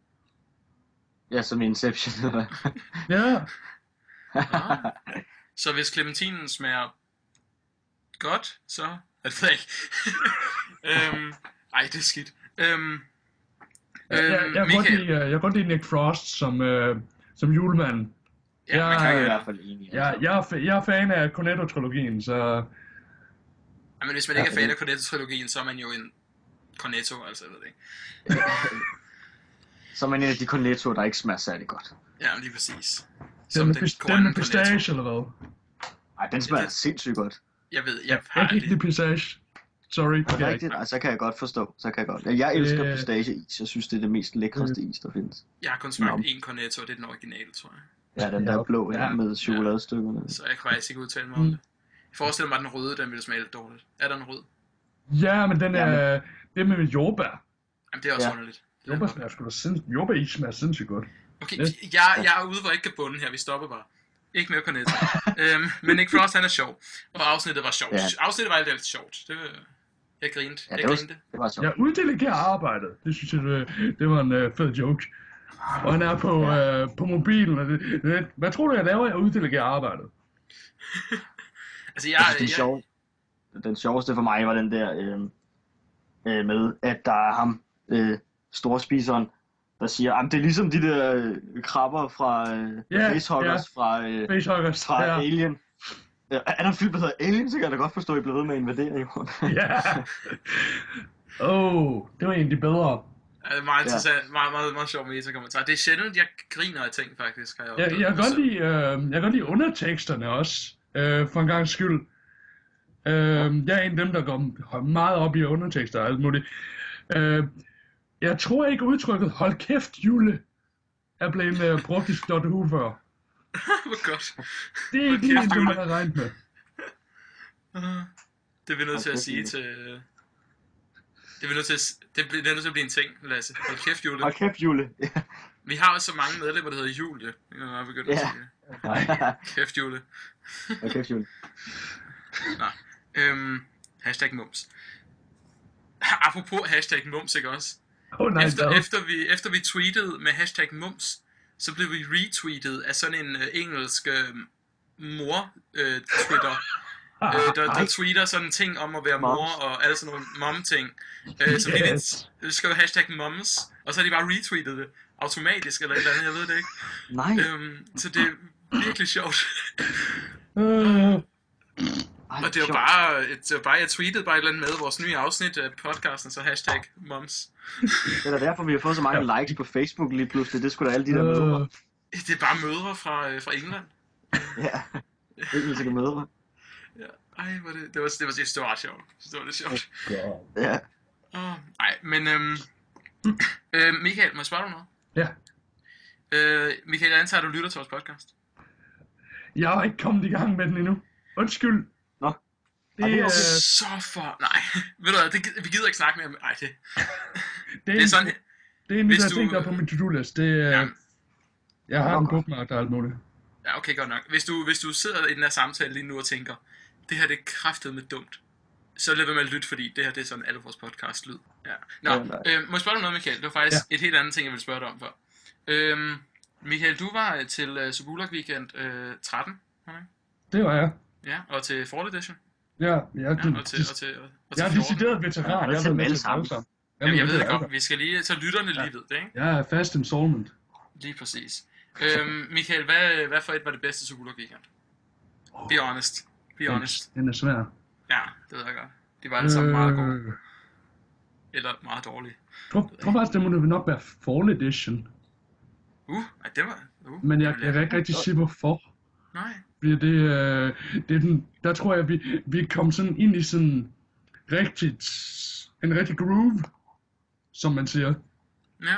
Ja, som i Inception. Ja. Ah. Så hvis klementinen smager godt, så er det ikke. øhm, ej, det er skidt. Øhm, Jeg, jeg, jeg, kan godt lide, øh, jeg kan godt lide Nick Frost som, øh, som julemand. Ja, man jeg, kan Jeg er i jo... hvert fald enig. jeg, jeg, er, fa- jeg er fan af Cornetto-trilogien, så Ja, men hvis man ikke er fan af Cornetto-trilogien, så er man jo en Cornetto, altså, jeg ved det ikke. Så er man en af de cornettoer, der ikke smager særlig godt. Ja, lige præcis. den Som med, den pis- den grønne med Cornetto. pistache eller hvad? Ej, den smager det- sindssygt godt. Jeg ved, jeg Jeg har kan ikke det. lide pistache. Sorry, det Er kan det jeg rigtigt? ikke. Ej, så kan jeg godt forstå. Så kan jeg godt. Jeg elsker Øh. pistacheis. Jeg synes, det er det mest lækreste is, der findes. Jeg har kun smagt Nå. én Cornetto, og det er den originale, tror jeg. Ja, den Ja, der blå ja. her med chokoladestykkerne. Så jeg kan faktisk ikke udtale mig om Mm. det. Jeg forestiller mig, at den røde, den ville smage lidt dårligt. Er der en rød? Ja, men den Ja, er... Det med jordbær. Jamen, det er også Ja. underligt. Jordbær smager sgu da sindssygt. Jordbæris smager sindssygt godt. Okay, Ja. jeg, jeg er ude, hvor jeg ikke kan bunde her. Vi stopper bare. Ikke mere Cornetto. øhm, men Nick Frost, han er sjov. Og afsnittet var sjovt. Ja. Afsnittet var alt lidt sjovt. Det var... Jeg grinte. Ja, Jeg det var, grinte. det var sjovt. Jeg uddelegerer arbejdet. Det synes jeg, det, det var en uh, fed joke. Og han er på, uh, på mobilen. Og det, det, hvad tror du, jeg laver? Jeg uddelegerer arbejdet. Altså, Jeg jeg... synes, det er jeg sjovt. Den sjoveste for mig var den der øh, øh, med, at der er ham, øh, storspiseren, der siger, at det er ligesom de der øh, krabber fra øh, Ja, Facehuggers ja. fra, øh, Facehuggers. fra Ja. Alien. Ja, er der en film, der hedder Alien, så kan jeg da godt forstå, at I blev ved med at invadere jorden. Ja. Oh, det var en af de bedre. Ja, det er meget Ja. interessant, meget, meget, meget sjov meta-kommentar. Det er sjældent, jeg griner af ting, faktisk. Har jeg, Jeg, opdaget. jeg, kan godt lide, øh, jeg kan godt lide underteksterne også, øh, for en gang skyld. Øh, jeg er en af dem, der går meget op i undertekster og alt muligt. Øh, jeg tror ikke udtrykket, hold kæft, Jule, er blevet øh, brugt i Doctor Who før. Hvor godt. Det er Hold ikke lige kæft, det, Jule. man havde regnet med. Uh, det er vi nødt til at kæft, sige Jule. til... Det er vi nødt til at, s- det bliver det er nødt til at blive en ting, Lasse. Hold kæft, Jule. Hold kæft, Jule. Ja. Vi har også så mange medlemmer, der hedder Julie. Jeg er begyndt at Ja. sige det. Kæft, Jule. Hold kæft, Jule. Nå. Øhm, hashtag mums. Apropos hashtag mums, ikke også? Åh oh, nej, Efter, hvad? efter, vi, efter vi tweetede med hashtag mums, så blev vi retweetet af sådan en uh, engelsk uh, mor-twitter. Uh, uh, der, der tweeter sådan ting om at være mor Moms. og alle sådan nogle mom-ting. Uh, så lige Yes. lidt skrev hashtag mums, og så har de bare retweetet det automatisk eller et eller andet, jeg ved det ikke. Nej. Um, så det er virkelig sjovt. Øh, Ej, Og det var sjovt. bare, et, det var bare, jeg tweetede bare et eller andet med vores nye afsnit af podcasten, så hashtag mums. Det er da derfor, vi har fået så mange likes på Facebook lige pludselig. Det skulle da alle de der mødre. øh, Det er bare mødre fra, øh, fra England. Ja. Engelske mødre. Ja. Ej, hvor det, det, var, det, var, det var ret sjovt. Det var lidt sjovt. Ja. Oh, nej, men øhm, øh, Michael, må jeg spørge dig om noget? ja, Øh, Michael, jeg antager, at du lytter til vores podcast. jeg har ikke kommet i gang med den endnu. Undskyld. Nå. Det, Ej, det er er, okay. Så for... Nej, ved du hvad, det, gid- vi gider ikke snakke mere om... Ej, det, det, det er sådan... det er en af hvis de du- ting, der er på min to-do-list. Det, Ja. er, jeg har en Nå, godt. bookmark og alt muligt. Ja, okay, godt nok. Hvis du, hvis du sidder i den her samtale lige nu og tænker, det her det er kraftedeme dumt, så lad være med at lytte, fordi det her det er sådan alle vores podcast lyd. Ja. Nå, Ja, nej. øh, må jeg spørge dig om noget, Michael? Det var faktisk ja. et helt andet ting, jeg ville spørge dig om før. Øhm, Michael, du var til uh, Subulak Weekend øh, tretten, var det ikke? Det var jeg. Ja, og til Fall Edition. Ja, jeg, Ja, og til, og til, og til jeg er fjorten. decideret veteran. Ja, Jeg det har er været med alle til sammen. alle sammen. Jamen, jeg har ved været det med godt, vi skal lige, så lytterne lige ved det, ikke? til- Jeg er fast installment. Lige præcis. Øhm, Michael, hvad, hvad for et var det bedste Subulak Weekend? Be honest. Be honest. Den er svær. Ja, det ved jeg godt. De var alle sammen meget gode. Øh, Eller meget dårlige. tror, tror faktisk, det må nok være Fall Edition. Uh, ej, det var... Uh, Men jeg, det ville jeg kan ikke rigtig sige, hvorfor. Nej. Fordi det, øh, det er den, der tror jeg, vi, vi kom sådan ind i sådan rigtigt, en rigtig groove, som man siger. Ja.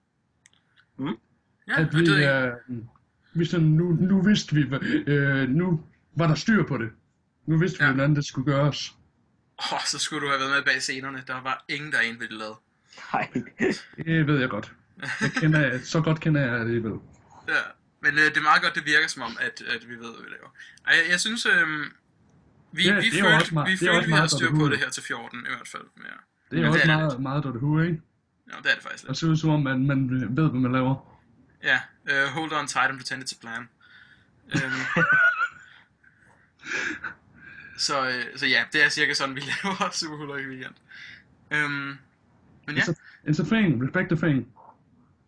Mm. Ja, At men vi, det er øh, vi sådan, nu, nu vidste vi, hvad- øh, nu var der styr på det. Nu vidste vi, Ja. hvordan det skulle gøres. Åh, oh, så skulle du have været med bag scenerne. Der var ingen, der en ville lade. Nej. Det ved jeg godt. Det kender jeg, så godt kender jeg det vel. Ja. Men øh, det er meget godt, det virker som om, at, at vi ved, hvad vi laver. Ej, jeg, jeg synes, øh, vi, Det er- vi det er jo følte, også meget- vi, det er følte, også vi meget havde styr Doctor på Who. det her til fjorten, i hvert fald. Ja, Det er Men også det er meget, det. meget Doctor Who, ikke? ja det er det faktisk Og lidt. ser ud som om, man, man ved, hvad man laver. Ja, uh, hold on tight and pretend it's a plan. Øhm, så, øh, så ja, det er cirka sådan, vi laver Superhuller i weekend. Øhm, men ja, It's a, it's a thing. Respect the thing.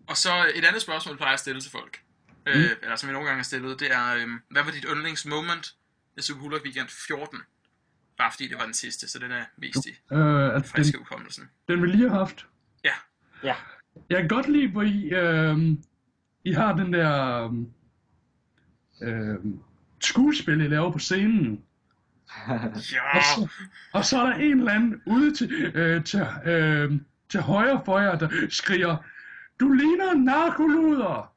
Og så et andet spørgsmål, jeg plejer at stille til folk. Mm. Øh, eller som jeg nogle gange har stillet, det er, øh, hvad var dit yndlingsmoment i Super Hulk Weekend fjorten? Bare fordi det var den sidste, så den er mest i Øh, at friske den, hukommelsen. den vi lige har haft. Ja. Ja. Jeg kan godt lide, hvor I, øh, I har den der øh, skuespil, I laver på scenen. Ja. Og så, og så er der en eller anden ude til, øh, til, øh, til højre for jer, der skriger, du ligner en narkoluder.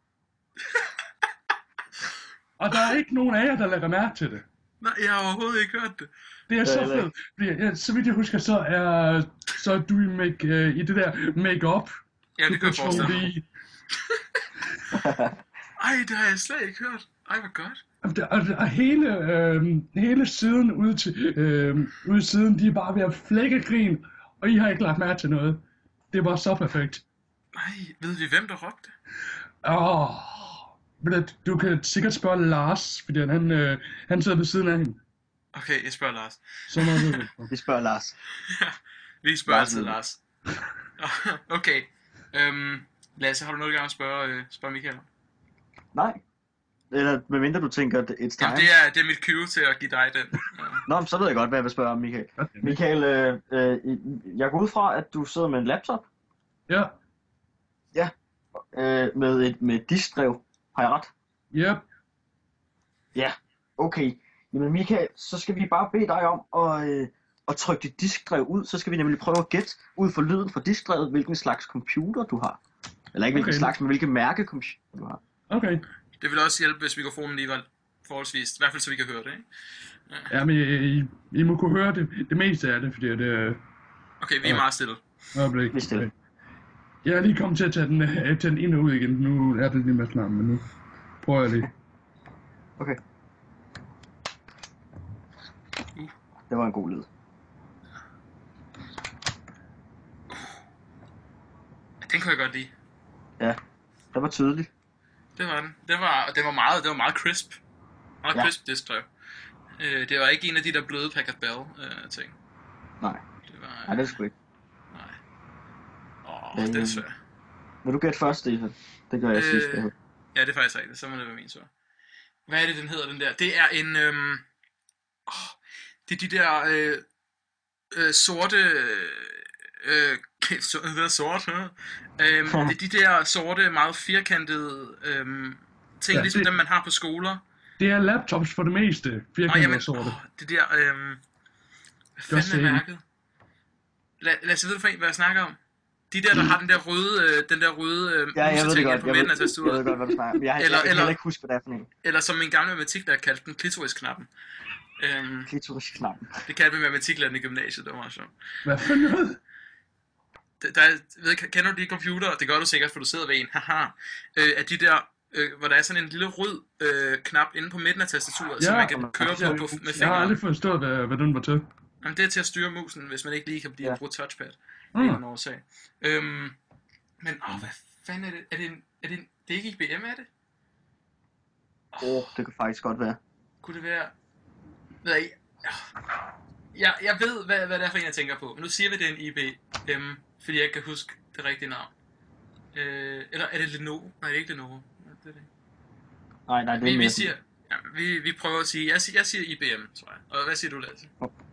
Og der er ikke nogen af jer, der lægger mærke til det. Nej, jeg har overhovedet ikke hørt det. Det er så Eller- fedt, fordi ja, så vidt jeg husker, så er, så er du i, make, øh, i det der make-up. Ja, det kan jeg Du forestille tror, mig. det- Ej, det har jeg slet ikke hørt. Ej, hvor godt. Og, der- og, og hele, øh, hele siden ude til øh, ude siden, de er bare ved at flække grin, og I har ikke lagt mærke til noget. Det var så perfekt. Ej, ved vi hvem der råbte? Åh, men du kan sikkert spørge Lars, fordi han, øh, han sidder ved siden af hende. Okay, jeg spørger Lars. Så må du. Vi spørger Lars. Vi spørger Lars altid ved det. Lars. Okay. Øhm, Lasse, har du noget, du gerne vil spørge, øh, spørge Michael om? Nej. Eller medmindre du tænker, at it's time. Jamen, det er, det er mit cue til at give dig den. Ja. Nå, men så ved jeg godt, hvad jeg vil spørge om, Michael. Michael, øh, øh, jeg går ud fra, at du sidder med en laptop Ja, øh, med et med et diskdrev. Har jeg ret? yep. Ja. Okay. Jamen Michael, så skal vi bare bede dig om at, øh, at trykke dit diskdrev ud. Så skal vi nemlig prøve at gætte ud fra lyden fra diskdrevet, hvilken slags computer du har. Eller ikke hvilken Okay. slags, men hvilken mærke computer du har. Okay. Det vil også hjælpe, hvis mikrofonen lige var forholdsvis. I hvert fald, så vi kan høre det, ikke? Ja, men I, I, I må kunne høre det, det meste af det, fordi det er... Okay, vi er meget stille. Øjeblik. Vi er stille. Jeg er lige kommet til at tage den, øh, tage den ind og ud igen. Nu er det lige med snart, men nu prøver jeg lige. Okay. Det var en god lyd. Den kunne jeg godt lide. Ja, det var tydeligt. Det var den. Det var, det var meget, det var meget crisp. Meget Ja. crisp diskdrev. Øh, det var ikke en af de der bløde Packard Bell øh, ting. Nej, Det var... nej det er sgu ikke. Nej. Åh, det er svært. Vil du gætte først, Stefan? Det gør jeg Øh, sidst. jeg Ja, det er faktisk rigtigt. Så må det være min tur. Hvad er det, den hedder, den der? Det er en... Øhm... Oh, det er de der øh, øh, sorte... Øh, så, hvad er sort, øh? øhm, Det er de der sorte, meget firkantede øhm, ting, Ja, ligesom det- dem, man har på skoler. Det er laptops for det meste, Nå, firkantede jamen, og sorte. åh, det der... Øhm, hvad Just fanden er saying. mærket? Lad, lad os vide for en, hvad jeg snakker om. De der, der har den der røde, øh, den der røde øh, Ja, jeg ved det museting godt. inde på Jeg midten af ved, jeg ved tastaturet. godt, hvad du snakker om. Jeg, jeg, Eller- jeg, jeg kan eller- heller ikke huske, hvad det er for en. Eller som min gamle matematiklærer kaldte den, klitorisknappen. Øhm, Klitorisknappen. det kaldte vi matematiklæreren i gymnasiet, det var meget sjovt. Hvad fanden? Der, der, er- ved, kender du de computere? Det gør du sikkert, for du sidder ved en. Haha. Øh, at de der, øh, hvor der er sådan en lille rød øh, knap inde på midten af tastaturet, ja, som man kan køre på, på med Jeg har aldrig fingeren. forstået, hvad, hvad den var til. Jamen, det er til at styre musen, hvis man ikke lige kan blive Ja. ja. brugt touchpad. Det Mm. er en anden årsag. Øhm, men, åh, hvad fanden er det? Er det en, er det en, det er ikke I B M, er det? Åh, oh, det kan faktisk godt være. Kunne det være... Ved jeg, jeg, jeg ved, hvad, hvad det er for en, jeg tænker på. Men nu siger vi, det er en I B M, fordi jeg ikke kan huske det rigtige navn. Øh, eller er det Lenovo? Nej, det er ikke Lenovo. Nej, det er det ikke. Nej, nej, det er Vi, vi mere siger... Ja, vi, vi prøver at sige... Jeg, siger- jeg siger I B M, tror jeg. Og hvad siger du, Lasse?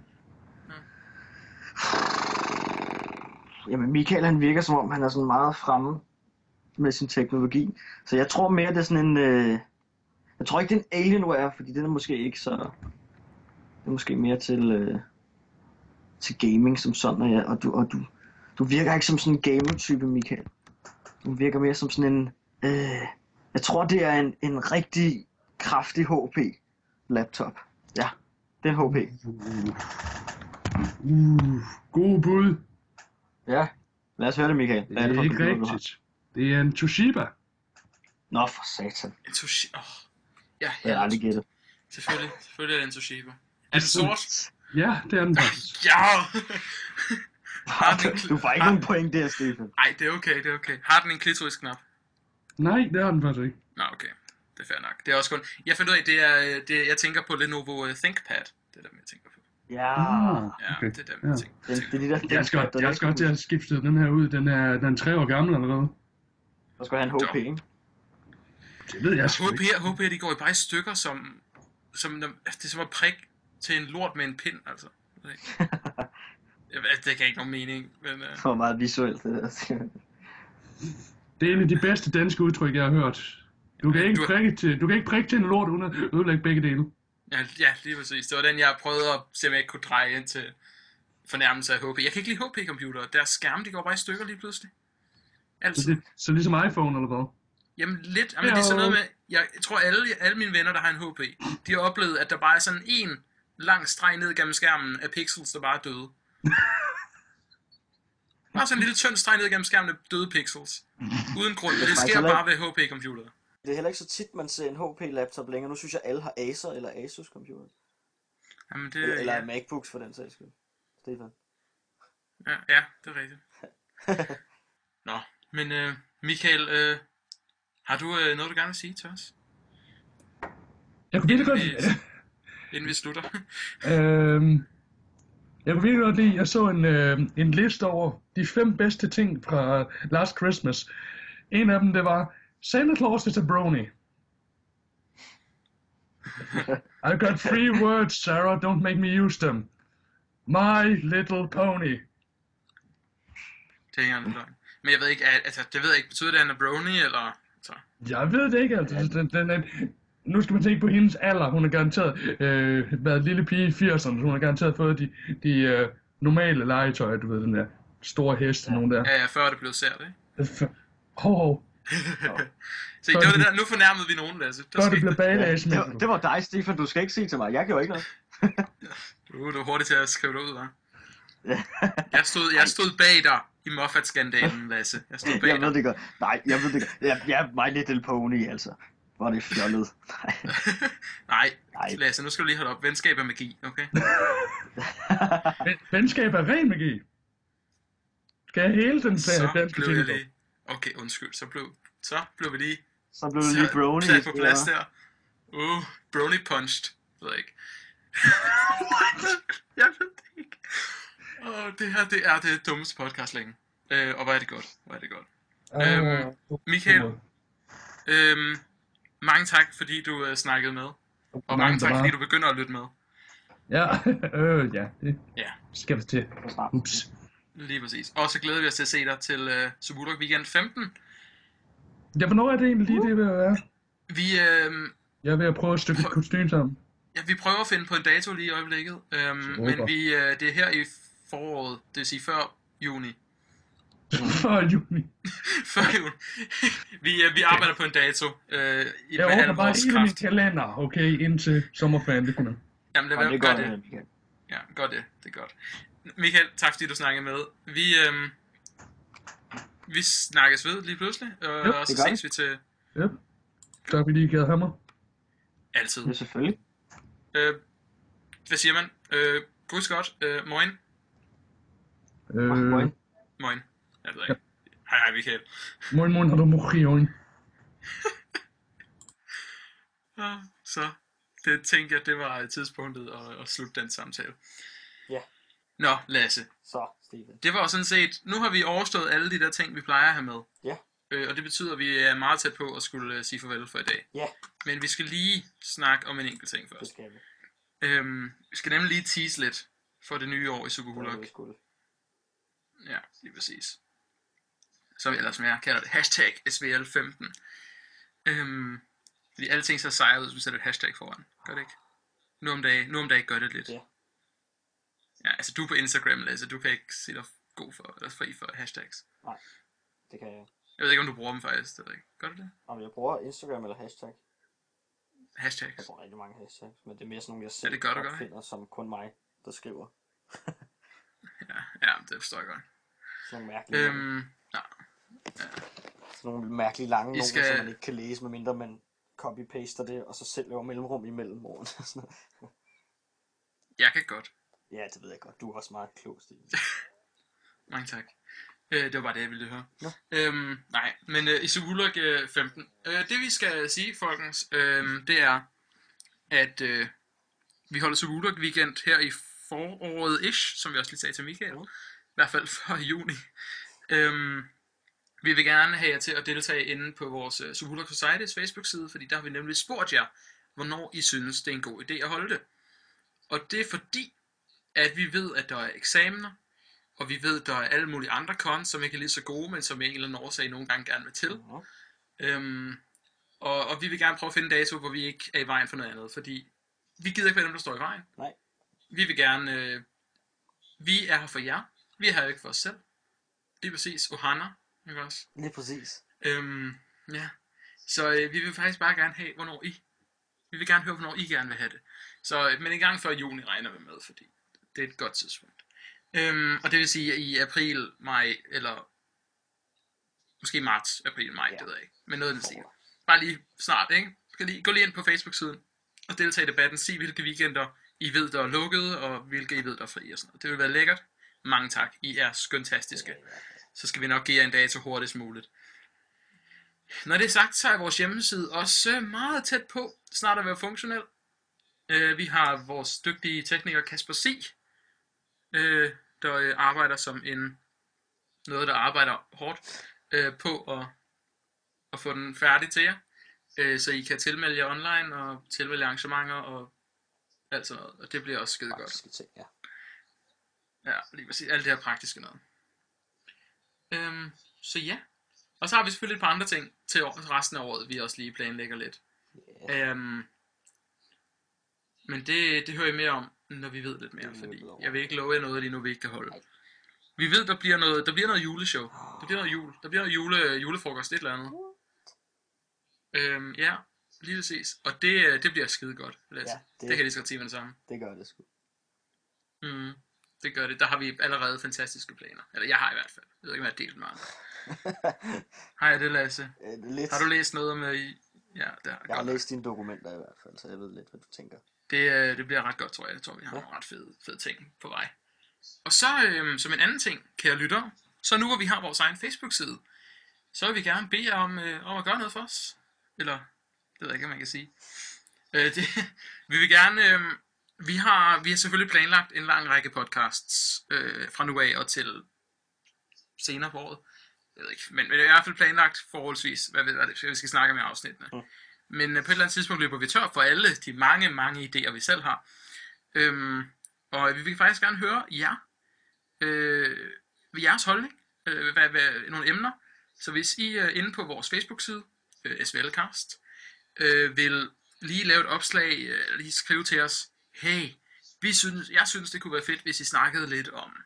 Jamen Michael, han virker som om, han er sådan meget fremme med sin teknologi. Så jeg tror mere, det er sådan en... Øh... Jeg tror ikke, det er en Alienware, fordi den er måske ikke så... Det er måske mere til, øh... til gaming som sådan, og, ja, og, du, og du, du virker ikke som sådan en gamer-type, Michael. Du virker mere som sådan en... Øh... Jeg tror, det er en, en rigtig kraftig H P-laptop. Ja, det er en H P. Uh, god bud. Ja, lad os høre det, Michael. Det Hvad er for en ikke computer, du har? rigtigt. Det er en Toshiba. Nå, for satan. En Toshiba. Oh. Ja, Jeg har aldrig gættet. Selvfølgelig. Selvfølgelig er det en Toshiba. Er den sort? Ja, det er den faktisk. Ja! Du får ikke nogen point der, Stefan. Nej, det er okay, det er okay. Har den en klitorisk knap? Nej, det er den faktisk ikke. Nå, okay. Det er fair nok. Det er også kun... Jeg finder ud af, det er, det, jeg tænker på Lenovo uh, ThinkPad. Det er dem, jeg tænker på. Ja, Ah, Ja, okay. det er dem, Ja. jeg tænker på. det, det er de der Jeg skal, ThinkPad, der jeg skal også til at skifte den her ud. Den er, den er tre år gammel allerede. Der skulle han H P, ikke? Det ved jeg sgu H P, ikke. H P, de går i bare i stykker, som, som når- altså, det er som at prikke til en lort med en pind, altså. Jeg ved ikke. Jeg ved, det kan ikke nogen mening, men... Uh... Det var meget visuelt, det der. Det er en af de bedste danske udtryk, jeg har hørt. Du kan Ja, ikke du- prikke til, du kan ikke prikke til en lort, uden at ødelægge begge dele. Ja, ja, lige præcis. Det var den, jeg prøvede at se, om jeg ikke kunne dreje ind til fornærmelse af H P. Jeg kan ikke lide H P-computere. Deres skærme, de går bare i stykker lige pludselig. Så, Altid. det, så ligesom iPhone eller hvad? Jamen lidt, jamen, det er sådan noget med, jeg tror alle, alle mine venner, der har en H P, de har oplevet, at der bare er sådan en lang streg ned gennem skærmen af pixels, der bare er døde. Bare sådan en lille tynd streg ned gennem skærmen af døde pixels. Uden grund, det faktisk sker heller bare ved H P-computere. Det er heller ikke så tit, man ser en H P-laptop længere. Nu synes jeg, alle har Acer eller Asus-computer. Jamen det, Eller, eller ja, MacBooks for den sags skyld. Stefan. ja, ja, det er rigtigt. Nå, men øh, Michael, øh, har du øh, noget, du gerne vil sige til os? Jeg kunne virkelig godt Inden lide, vi, inden vi slutter. øhm, jeg kunne virkelig godt lide, jeg så en, øh, en liste over de fem bedste ting fra Last Christmas. En af dem, det var, Santa Claus is a brony. I got three words, Sarah, don't make me use them. My Little Pony. Det er ikke engang løgn. Men jeg ved ikke, at- altså, det ved jeg ikke, betyder det, at han er brony, eller... Så. Jeg ved det ikke, altså. Den, den, den, nu skal man tænke på hendes alder. Hun har garanteret øh, været lille pige i firserne, så hun har garanteret fået de, de øh, normale legetøj, du ved, den der store hest og nogen der. Ja, ja, før det blev sært, ikke? Hov, hov. Se, det var det der, nu fornærmede vi nogen, Lasse. Der Før det skete blev badass, det, var, Mikkel. det var dig, Stefan. Du skal ikke sige til mig. Jeg gjorde ikke noget. Du, du er hurtig til at skrive det ud, hva'? Jeg stod, jeg stod bag dig i Moffat-skandalen, Lasse. Jeg stod bag Jeg ved dig. det godt. Nej, jeg ved det godt. Jeg, jeg er My Little Pony, altså. Hvor er det fjollet. Nej. Nej, Nej. Lasse, nu skal du lige holde op. Venskab er magi, okay? Ven- Venskab er ren magi. Skal jeg hele den Så danske blev jeg titel? lige... Okay, undskyld. Så blev, så blev vi lige Så blev det lige brony. sat på plads der. Uh, brony punched. Jeg ved ikke. Jeg ved det ikke. Åh, det her, det er det dummeste podcast længe. Øh, og hvor er det godt. Hvor er det godt. Øhm, Michael, øhm, mange tak, fordi du øh, snakkede med. Og mange tak, fordi du begynder at lytte med. Ja, øh, ja, det Ja, skal vi til. Ups. lige præcis. Og så glæder vi os til at se dig til øh, Subulok Weekend femten. Ja, hvornår er det egentlig lige det ved at være? Vi, øh, Jeg er ved at prøve at stykke et kostume sammen. ja, vi prøver at finde på en dato lige i øjeblikket. Øhm, men vi, øh, det er her i foråret, det vil sige før juni. Før juni. Før juni. vi, øh, vi arbejder på en dato øh, i Jeg med åbner al bare vores hele min kraft. kalender, okay, indtil sommerferien, det kunne Jamen lad Ja, være, det gør gør det. det. Michael. Ja, gør det. Det er godt. Michael, tak fordi du snakkede med. Vi, øhm, vi snakkes ved lige pludselig, og, Jo, og så det gør ses vi til Yep. Tak fordi I gad have mig. altid. Ja, selvfølgelig. Øh, hvad siger man? Øh, Gud godt. Øh, moin. Øh, Moin. Moin. Jeg ved ikke. Hej, hej Michael. morgen, morgen har du mok i øjnene. Ja, så det tænkte jeg, det var tidspunktet at, at slutte den samtale. Ja. Nå, Lasse. Så, Stefan. Det var jo sådan set, nu har vi overstået alle de der ting, vi plejer at have med. Ja. Øh, og det betyder, at vi er meget tæt på at skulle uh, sige farvel for i dag. Ja, Men vi skal lige snakke om en enkelt ting det først. skal vi. Øhm, vi skal nemlig lige tease lidt for det nye år i Det Superhulok. vi skulle. Ja, lige præcis. Som ellers som jeg kalder det, hashtag S V L femten. Øhm, fordi alle ting ser sejre ud, hvis vi sætter et hashtag foran. Gør det ikke? Nu om dagen, nu om dagen gør det lidt. Ja. Ja, altså du er på Instagram, Lasse, du kan ikke se dig god for, eller fri for hashtags. Det kan jeg. Jeg ved ikke, om du bruger dem faktisk, det ved jeg ikke. Gør du det? Om jeg bruger Instagram eller hashtag. Hashtags. Jeg bruger rigtig mange hashtags, men det er mere sådan nogle, jeg selv det gør du godt. opfinder, som kun mig, der skriver. Ja, ja, det forstår jeg godt. Sådan nogle mærkelige, øhm, Øhm, ja. sådan nogle mærkelige lange I nogle, skal- som man ikke kan læse, medmindre man copy-paster det, og så selv laver mellemrum imellem ordene. Sådan noget. Jeg kan godt. Ja, det ved jeg godt. Du er også meget klog, Stine. Mange tak. Øh, det var bare det, jeg ville høre. Nå. Øhm, nej, men øh, i Subulok øh, femten. Øh, det vi skal sige, folkens, øh, det er, at øh, vi holder Subulok weekend her i foråret-ish, som vi også lige sagde til Michael. Mm. I hvert fald før juni. Øhm, Vi vil gerne have jer til at deltage inde på vores uh, Superhulk Society's Facebook-side, fordi der har vi nemlig spurgt jer, hvornår I synes, det er en god idé at holde det. Og det er fordi, at vi ved, at der er eksamener, og vi ved, at der er alle mulige andre cons, som ikke er lige så gode, men som jeg en eller anden årsag nogle gange gerne vil til. Mhm. Øhm, og, og vi vil gerne prøve at finde en dato, hvor vi ikke er i vejen for noget andet, fordi vi gider ikke være dem, der står i vejen. Nej. Vi vil gerne, øh, vi er her for jer, vi er her ikke for os selv. Det er præcis Ohana, ikke også? Lige præcis. Øhm, ja. Så øh, vi vil faktisk bare gerne have, hvornår I, vi vil gerne høre, hvornår I gerne vil have det. Så, øh, men en gang før juni regner vi med, fordi det er et godt tidspunkt. Øhm, og det vil sige, at i april, maj, eller måske marts, april, maj, Ja. det ved jeg ikke. Men noget af den stil. Bare lige snart, ikke? Skal lige, gå lige ind på Facebook-siden og deltage i debatten. Sig, hvilke weekender I ved, der er lukket, og hvilke I ved, der er fri og sådan noget. Det vil være lækkert. Mange tak. I er skøntastiske. Så skal vi nok give jer en dato hurtigst muligt. Når det er sagt, så er vores hjemmeside også meget tæt på snart at være funktionel. Øh, vi har vores dygtige tekniker Kasper Sig, øh, der øh, arbejder som en noget, der arbejder hårdt øh, på at, at få den færdig til jer. Øh, så I kan tilmelde jer online og tilmelde arrangementer og alt sådan noget. Og det bliver også skide godt. Praktiske ting, ja. Ja, lige præcis. Alt det her praktiske noget. Øhm, så ja. Og så har vi selvfølgelig et par andre ting til år, resten af året, vi også lige planlægger lidt. Ja. Øhm, men det, det hører I mere om, når vi ved lidt mere, Det er fordi lidt over. jeg vil ikke love jer noget lige nu, vi ikke kan holde. Nej. Vi ved, der bliver noget, der bliver noget juleshow. Der bliver noget jul. Der bliver noget jule, julefrokost, et eller andet. Øhm, ja, lige præcis. Og det, det bliver skide godt. Det, Ja, det, det- det kan jeg lige så godt sige med det samme. Det gør det sgu. Mm, det gør det. Der har vi allerede fantastiske planer. Eller jeg har i hvert fald. Jeg ved ikke, om jeg har delt med andre. Har jeg det, Lasse? Øh, lidt. Har du læst noget om... øh, i- Ja, det har Jeg har godt. læst dine dokumenter i hvert fald, så jeg ved lidt, hvad du tænker. Det, øh, det bliver ret godt, tror jeg. Jeg tror, vi har Ja. nogle ret fede, fede ting på vej. Og så øh, som en anden ting, kære lyttere, så nu hvor vi har vores egen Facebook-side, så vil vi gerne bede jer om, øh, om at gøre noget for os. Eller, det ved jeg ikke, om man kan sige. Øh, det, vi vil gerne... Øh, vi, har, vi har selvfølgelig planlagt en lang række podcasts øh, fra nu af og til senere på året. Jeg ved ikke, men, men det er i hvert fald planlagt forholdsvis, hvad ved jeg, vi skal snakke om i afsnittene. Mm. Men øh, på et eller andet tidspunkt løber vi tør for alle de mange, mange idéer, vi selv har. Øhm, og vi vil faktisk gerne høre jer, øh, jeres holdning, øh, hvad, hvad, nogle emner. Så hvis I er inde på vores Facebook-side, øh, S V L-cast, øh, vil lige lave et opslag, øh, lige skrive til os, hey, vi synes, jeg synes, det kunne være fedt, hvis I snakkede lidt om,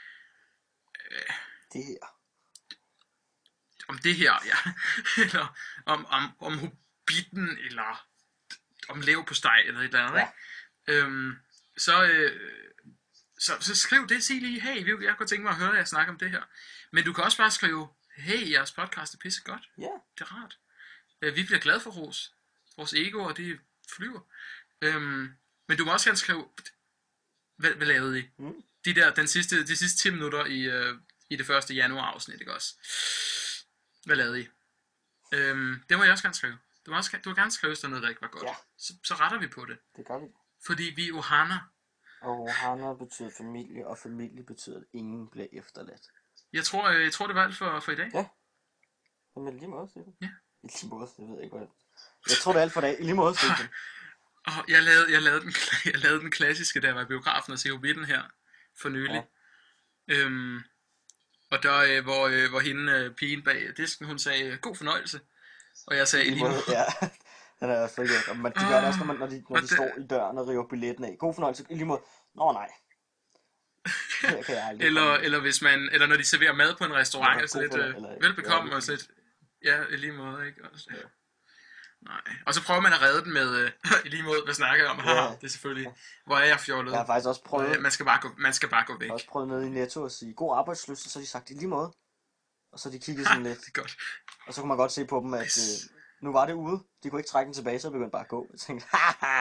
Det her. om det her, ja. Eller om, om, om Hobbiten, eller om leverpostej, eller et eller andet, Ja. ikke? Øhm, så, øh, så, så skriv det, sig lige, hey, vi- jeg kunne tænke mig at høre jer snakke om det her. Men du kan også bare skrive, hey, jeres podcast er pisse godt. Ja. Det er rart. Øh, vi bliver glade for ros. Vores egoer, de flyver. Øhm, men du må også gerne skrive, hvad, hvad lavede I? Mm. De der, den sidste, de sidste ti minutter i, øh, i det første januar afsnit, ikke også? Hvad lavede I? Øhm, det må jeg også gerne skrive. Du må, også, du må gerne skrive, hvis der er noget, der ikke var godt. Ja. Så, så retter vi på det. Det gør vi. Fordi vi er Ohana. Og Ohana betyder familie, og familie betyder, at ingen bliver efterladt. Jeg tror, øh, jeg tror det var alt for, for i dag. Ja. Jamen lige måde, Stefan. Ja. I lige måde, jeg ved ikke, hvad jeg tror, det er alt for dag. I lige måde, Stefan. Og jeg lavede, jeg, lavede den, jeg lavede den klassiske, da jeg var i biografen og se Hobbiten her for nylig. Ja. Øhm, og der, øh, hvor, øh, hvor hende, øh, pigen bag disken, hun sagde, god fornøjelse. Og jeg sagde, I lige lige måde. måde, ja. Den er også frikert. Og man, de gør det også, når, man, når de, når Og de det- står i døren og river billetten af. God fornøjelse. I lige måde. Nå nej. Her kan jeg aldrig Eller, komme. eller, hvis man, eller når de serverer mad på en restaurant, Ja, altså god lidt fornøj- øh, eller- velbekomme ja, og lige så lidt, ja, i lige måde, ikke? Og, Ja. Nej. Og så prøver man at redde den med, øh, i lige måde, hvad snakker jeg om? Haha, Ja. det er selvfølgelig, hvor er jeg fjollet? Jeg har faktisk også prøvet, Øh, man, skal bare gå, man skal bare gå væk. jeg har også prøvet nede i Netto at sige, god arbejdsløst, og så har de sagt, i lige måde. Og så har de kigget sådan lidt, Det er godt. og så kunne man godt se på dem, at Yes. øh, nu var det ude. De kunne ikke trække den tilbage, så begyndte bare at gå. Jeg tænkte, haha,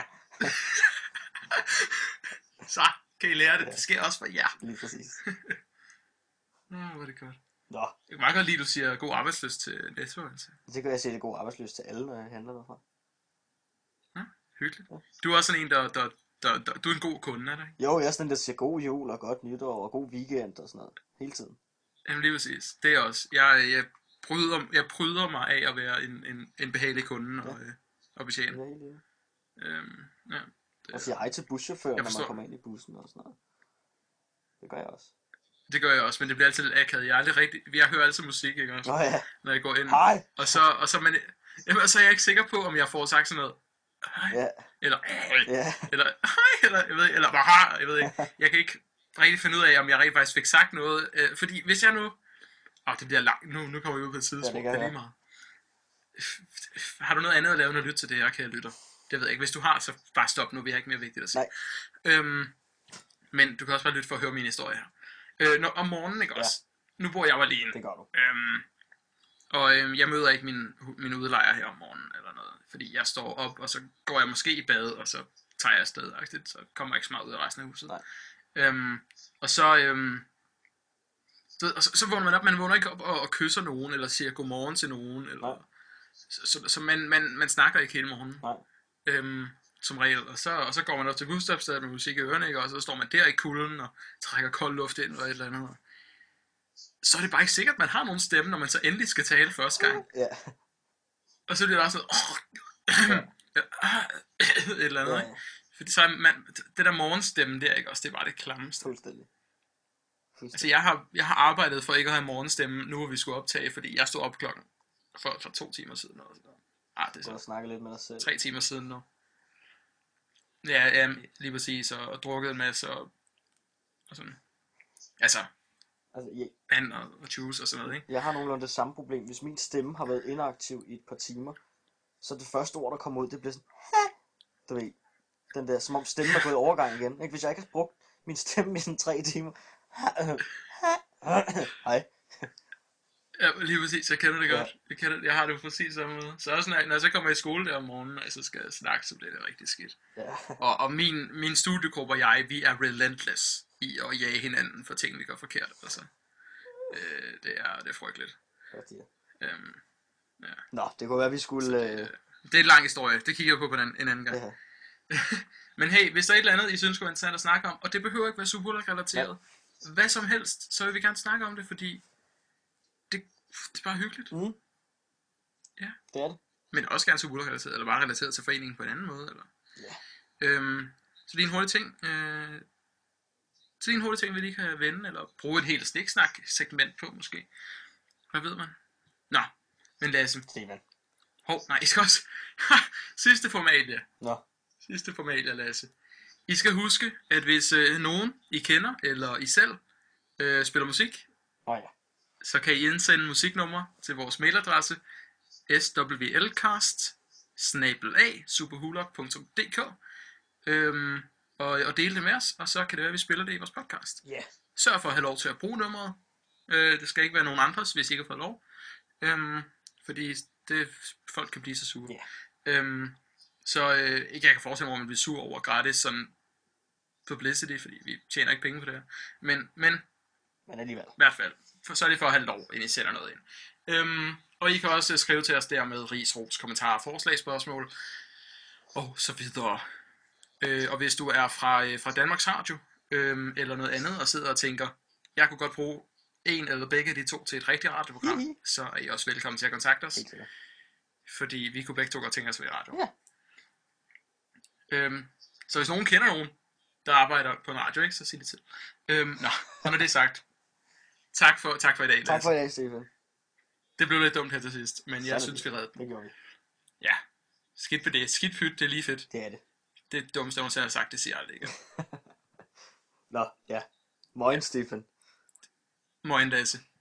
Så kan I lære det. Det sker også for jer. lige præcis. Nå, hvor er det godt. Nå, Jeg kan meget godt lide, at du siger god arbejdsløst til Netto, altså. det kan jeg se, det er god arbejdsløst til alle, når jeg handler derfra. Hyggeligt. Du er også sådan en, der, der, der, der du er en god kunde, er der ikke? Jo, jeg er sådan en, der siger god jul og godt nytår og god weekend og sådan noget. Hele tiden. Jamen lige præcis. Det er også. Jeg, jeg, bryder, jeg bryder mig af at være en, en, en behagelig kunde og, Ja. øh, og betjene. Jeg er helt enig. Øhm, ja. Og siger hej til buschaufføren, Jeg når man forstår. kommer ind i bussen og sådan noget. Det gør jeg også. Det gør jeg også, men det bliver altid lidt akavet. Jeg er aldrig rigtig, jeg hører altid musik, ikke også, Nå ja. når jeg går ind. Hej! Og så, og så, man, jamen, og så er jeg ikke sikker på, om jeg får sagt sådan noget. Hej, Ja, eller hej, ja. eller hej, eller jeg ved, eller bare har, jeg ved ikke. Jeg kan ikke rigtig finde ud af, om jeg rent faktisk fik sagt noget. Øh, fordi hvis jeg nu, åh, det bliver langt, nu, nu kommer vi ud på et sidespor, Ja, det det, kan det er jeg. lige meget. Har du noget andet at lave end at lytte til det her, kære lytter? Det ved jeg ikke. Hvis du har, så bare stop nu, vi har ikke mere vigtigt at sige. Nej. Øhm, men du kan også bare lytte for at høre min historie her. Øh, når, om morgenen, ikke også? Nu bor jeg jo alene. Det gør du. Øhm, og øhm, jeg møder ikke min, min udlejer her om morgenen eller noget. Fordi jeg står op, og så går jeg måske i bad, og så tager jeg afsted. Aktivt, så kommer jeg ikke så meget ud af resten af huset. Nej. Øhm, og så, øhm, så, og så, så vågner man op. Man vågner ikke op og, og kysser nogen, eller siger godmorgen til nogen. Eller, Nej. så så, så man, man, man snakker ikke hele morgenen. Nej. Øhm, som regel, og så, og så går man op til busstopstedet med musik i ørerne, ikke? Og så står man der i kulden og trækker kold luft ind og et eller andet. Så er det bare ikke sikkert, at man har nogen stemme, når man så endelig skal tale første gang. Ja. Og så bliver det også sådan, åh, et eller andet, Ja. ikke? Fordi så er man, det der morgenstemme der, ikke også, det er bare det klammeste. Fuldstændig. Fuldstændig. Altså jeg har, jeg har arbejdet for ikke at have morgenstemme, nu hvor vi skulle optage, fordi jeg stod op klokken for, for to timer siden. Eller sådan. Ah, det er Du har så snakket lidt med dig selv. tre timer siden nu. Ja, ja, lige præcis, og, og drukket en masse, og, og sådan. Altså, Altså, jeg, vand og, og juice og sådan noget, ikke? jeg har nogenlunde det samme problem. Hvis min stemme har været inaktiv i et par timer, så det første ord, der kommer ud, det bliver sådan, ha! Du ved, den der, som om stemmen er gået i overgang igen. Ikke? Hvis jeg ikke har brugt min stemme i sådan tre timer. Hej. Ja, lige præcis, jeg kender det Ja. godt. Jeg, kender, jeg har det på præcis samme måde. Så også når jeg, når jeg så kommer i skole der om morgenen, og så skal jeg snakke, så bliver det rigtig skidt. Ja. Og, og min, min studiegruppe og jeg, vi er relentless i at jage hinanden for ting, vi gør forkert. Altså, øh, det, er, det er frygteligt. Godt, ja. Øhm, Nå, det kunne være, vi skulle... det, Øh, det er en lang historie, det kigger jeg på, på en, en anden gang. ja. Men hey, hvis der er et eller andet, I synes kunne være interessant at snakke om, og det behøver ikke være Superbowl-relateret, ja. Hvad som helst, så vil vi gerne snakke om det, fordi det, det er bare hyggeligt. Mm. Ja. Det er det. Men også gerne Superbowl-relateret, eller bare relateret til foreningen på en anden måde. Eller. Ja. Øhm, så lige en hurtig ting. Øh, så lige en hurtig ting, vi lige kan vende, eller bruge et helt sniksnak-segment på måske. Hvad ved man? Nå, men Lasse. Stefan. Hov, nej, I skal også... Sidste format, ja. Nå. Sidste format, ja, Lasse. I skal huske, at hvis øh, nogen I kender, eller I selv, øh, spiller musik, Åh ja. så kan I indsende musiknummer til vores mailadresse swlcast snabel-a superhulok punktum d k øhm, og, og dele det med os, og så kan det være, at vi spiller det i vores podcast. Ja. Sørg for at have lov til at bruge nummeret. Øh, det skal ikke være nogen andres, hvis I ikke har fået lov. Øhm, fordi det, folk kan blive så sure. Ja. Øhm, så øh, ikke jeg kan forestille mig, at man bliver sur over gratis sådan publicity, fordi vi tjener ikke penge på det her. Men, men Men alligevel. i hvert fald, for, så er det for at have lov, inden I sætter noget ind. Øhm, og I kan også skrive til os der med ris, ros, kommentarer, forslag, spørgsmål og så videre. Øh, og hvis du er fra, øh, fra Danmarks Radio øh, eller noget andet og sidder og tænker, jeg kunne godt bruge en eller begge af de to til et rigtigt radioprogram, Hihi. så er I også velkommen til at kontakte os, Helt sikkert. fordi vi kunne begge to godt tænke os at være i radio. Ja. Øhm, så hvis nogen kender nogen, der arbejder på en radio, ikke, så sig det til. Øhm, nå, og når det er sagt, tak for, tak for i dag, Tak Lasse. for i dag, Stefan. Det blev lidt dumt her til sidst, men jeg Sådan er synes, det. vi redde den. Det gjorde vi. Ja, skidt på det. Skidt pyt, det er lige fedt. Det er det. Det er det dummeste, jeg nogensinde har sagt, det siger jeg aldrig ikke. Nå, ja. Moin, Stefan. Moin, Lasse.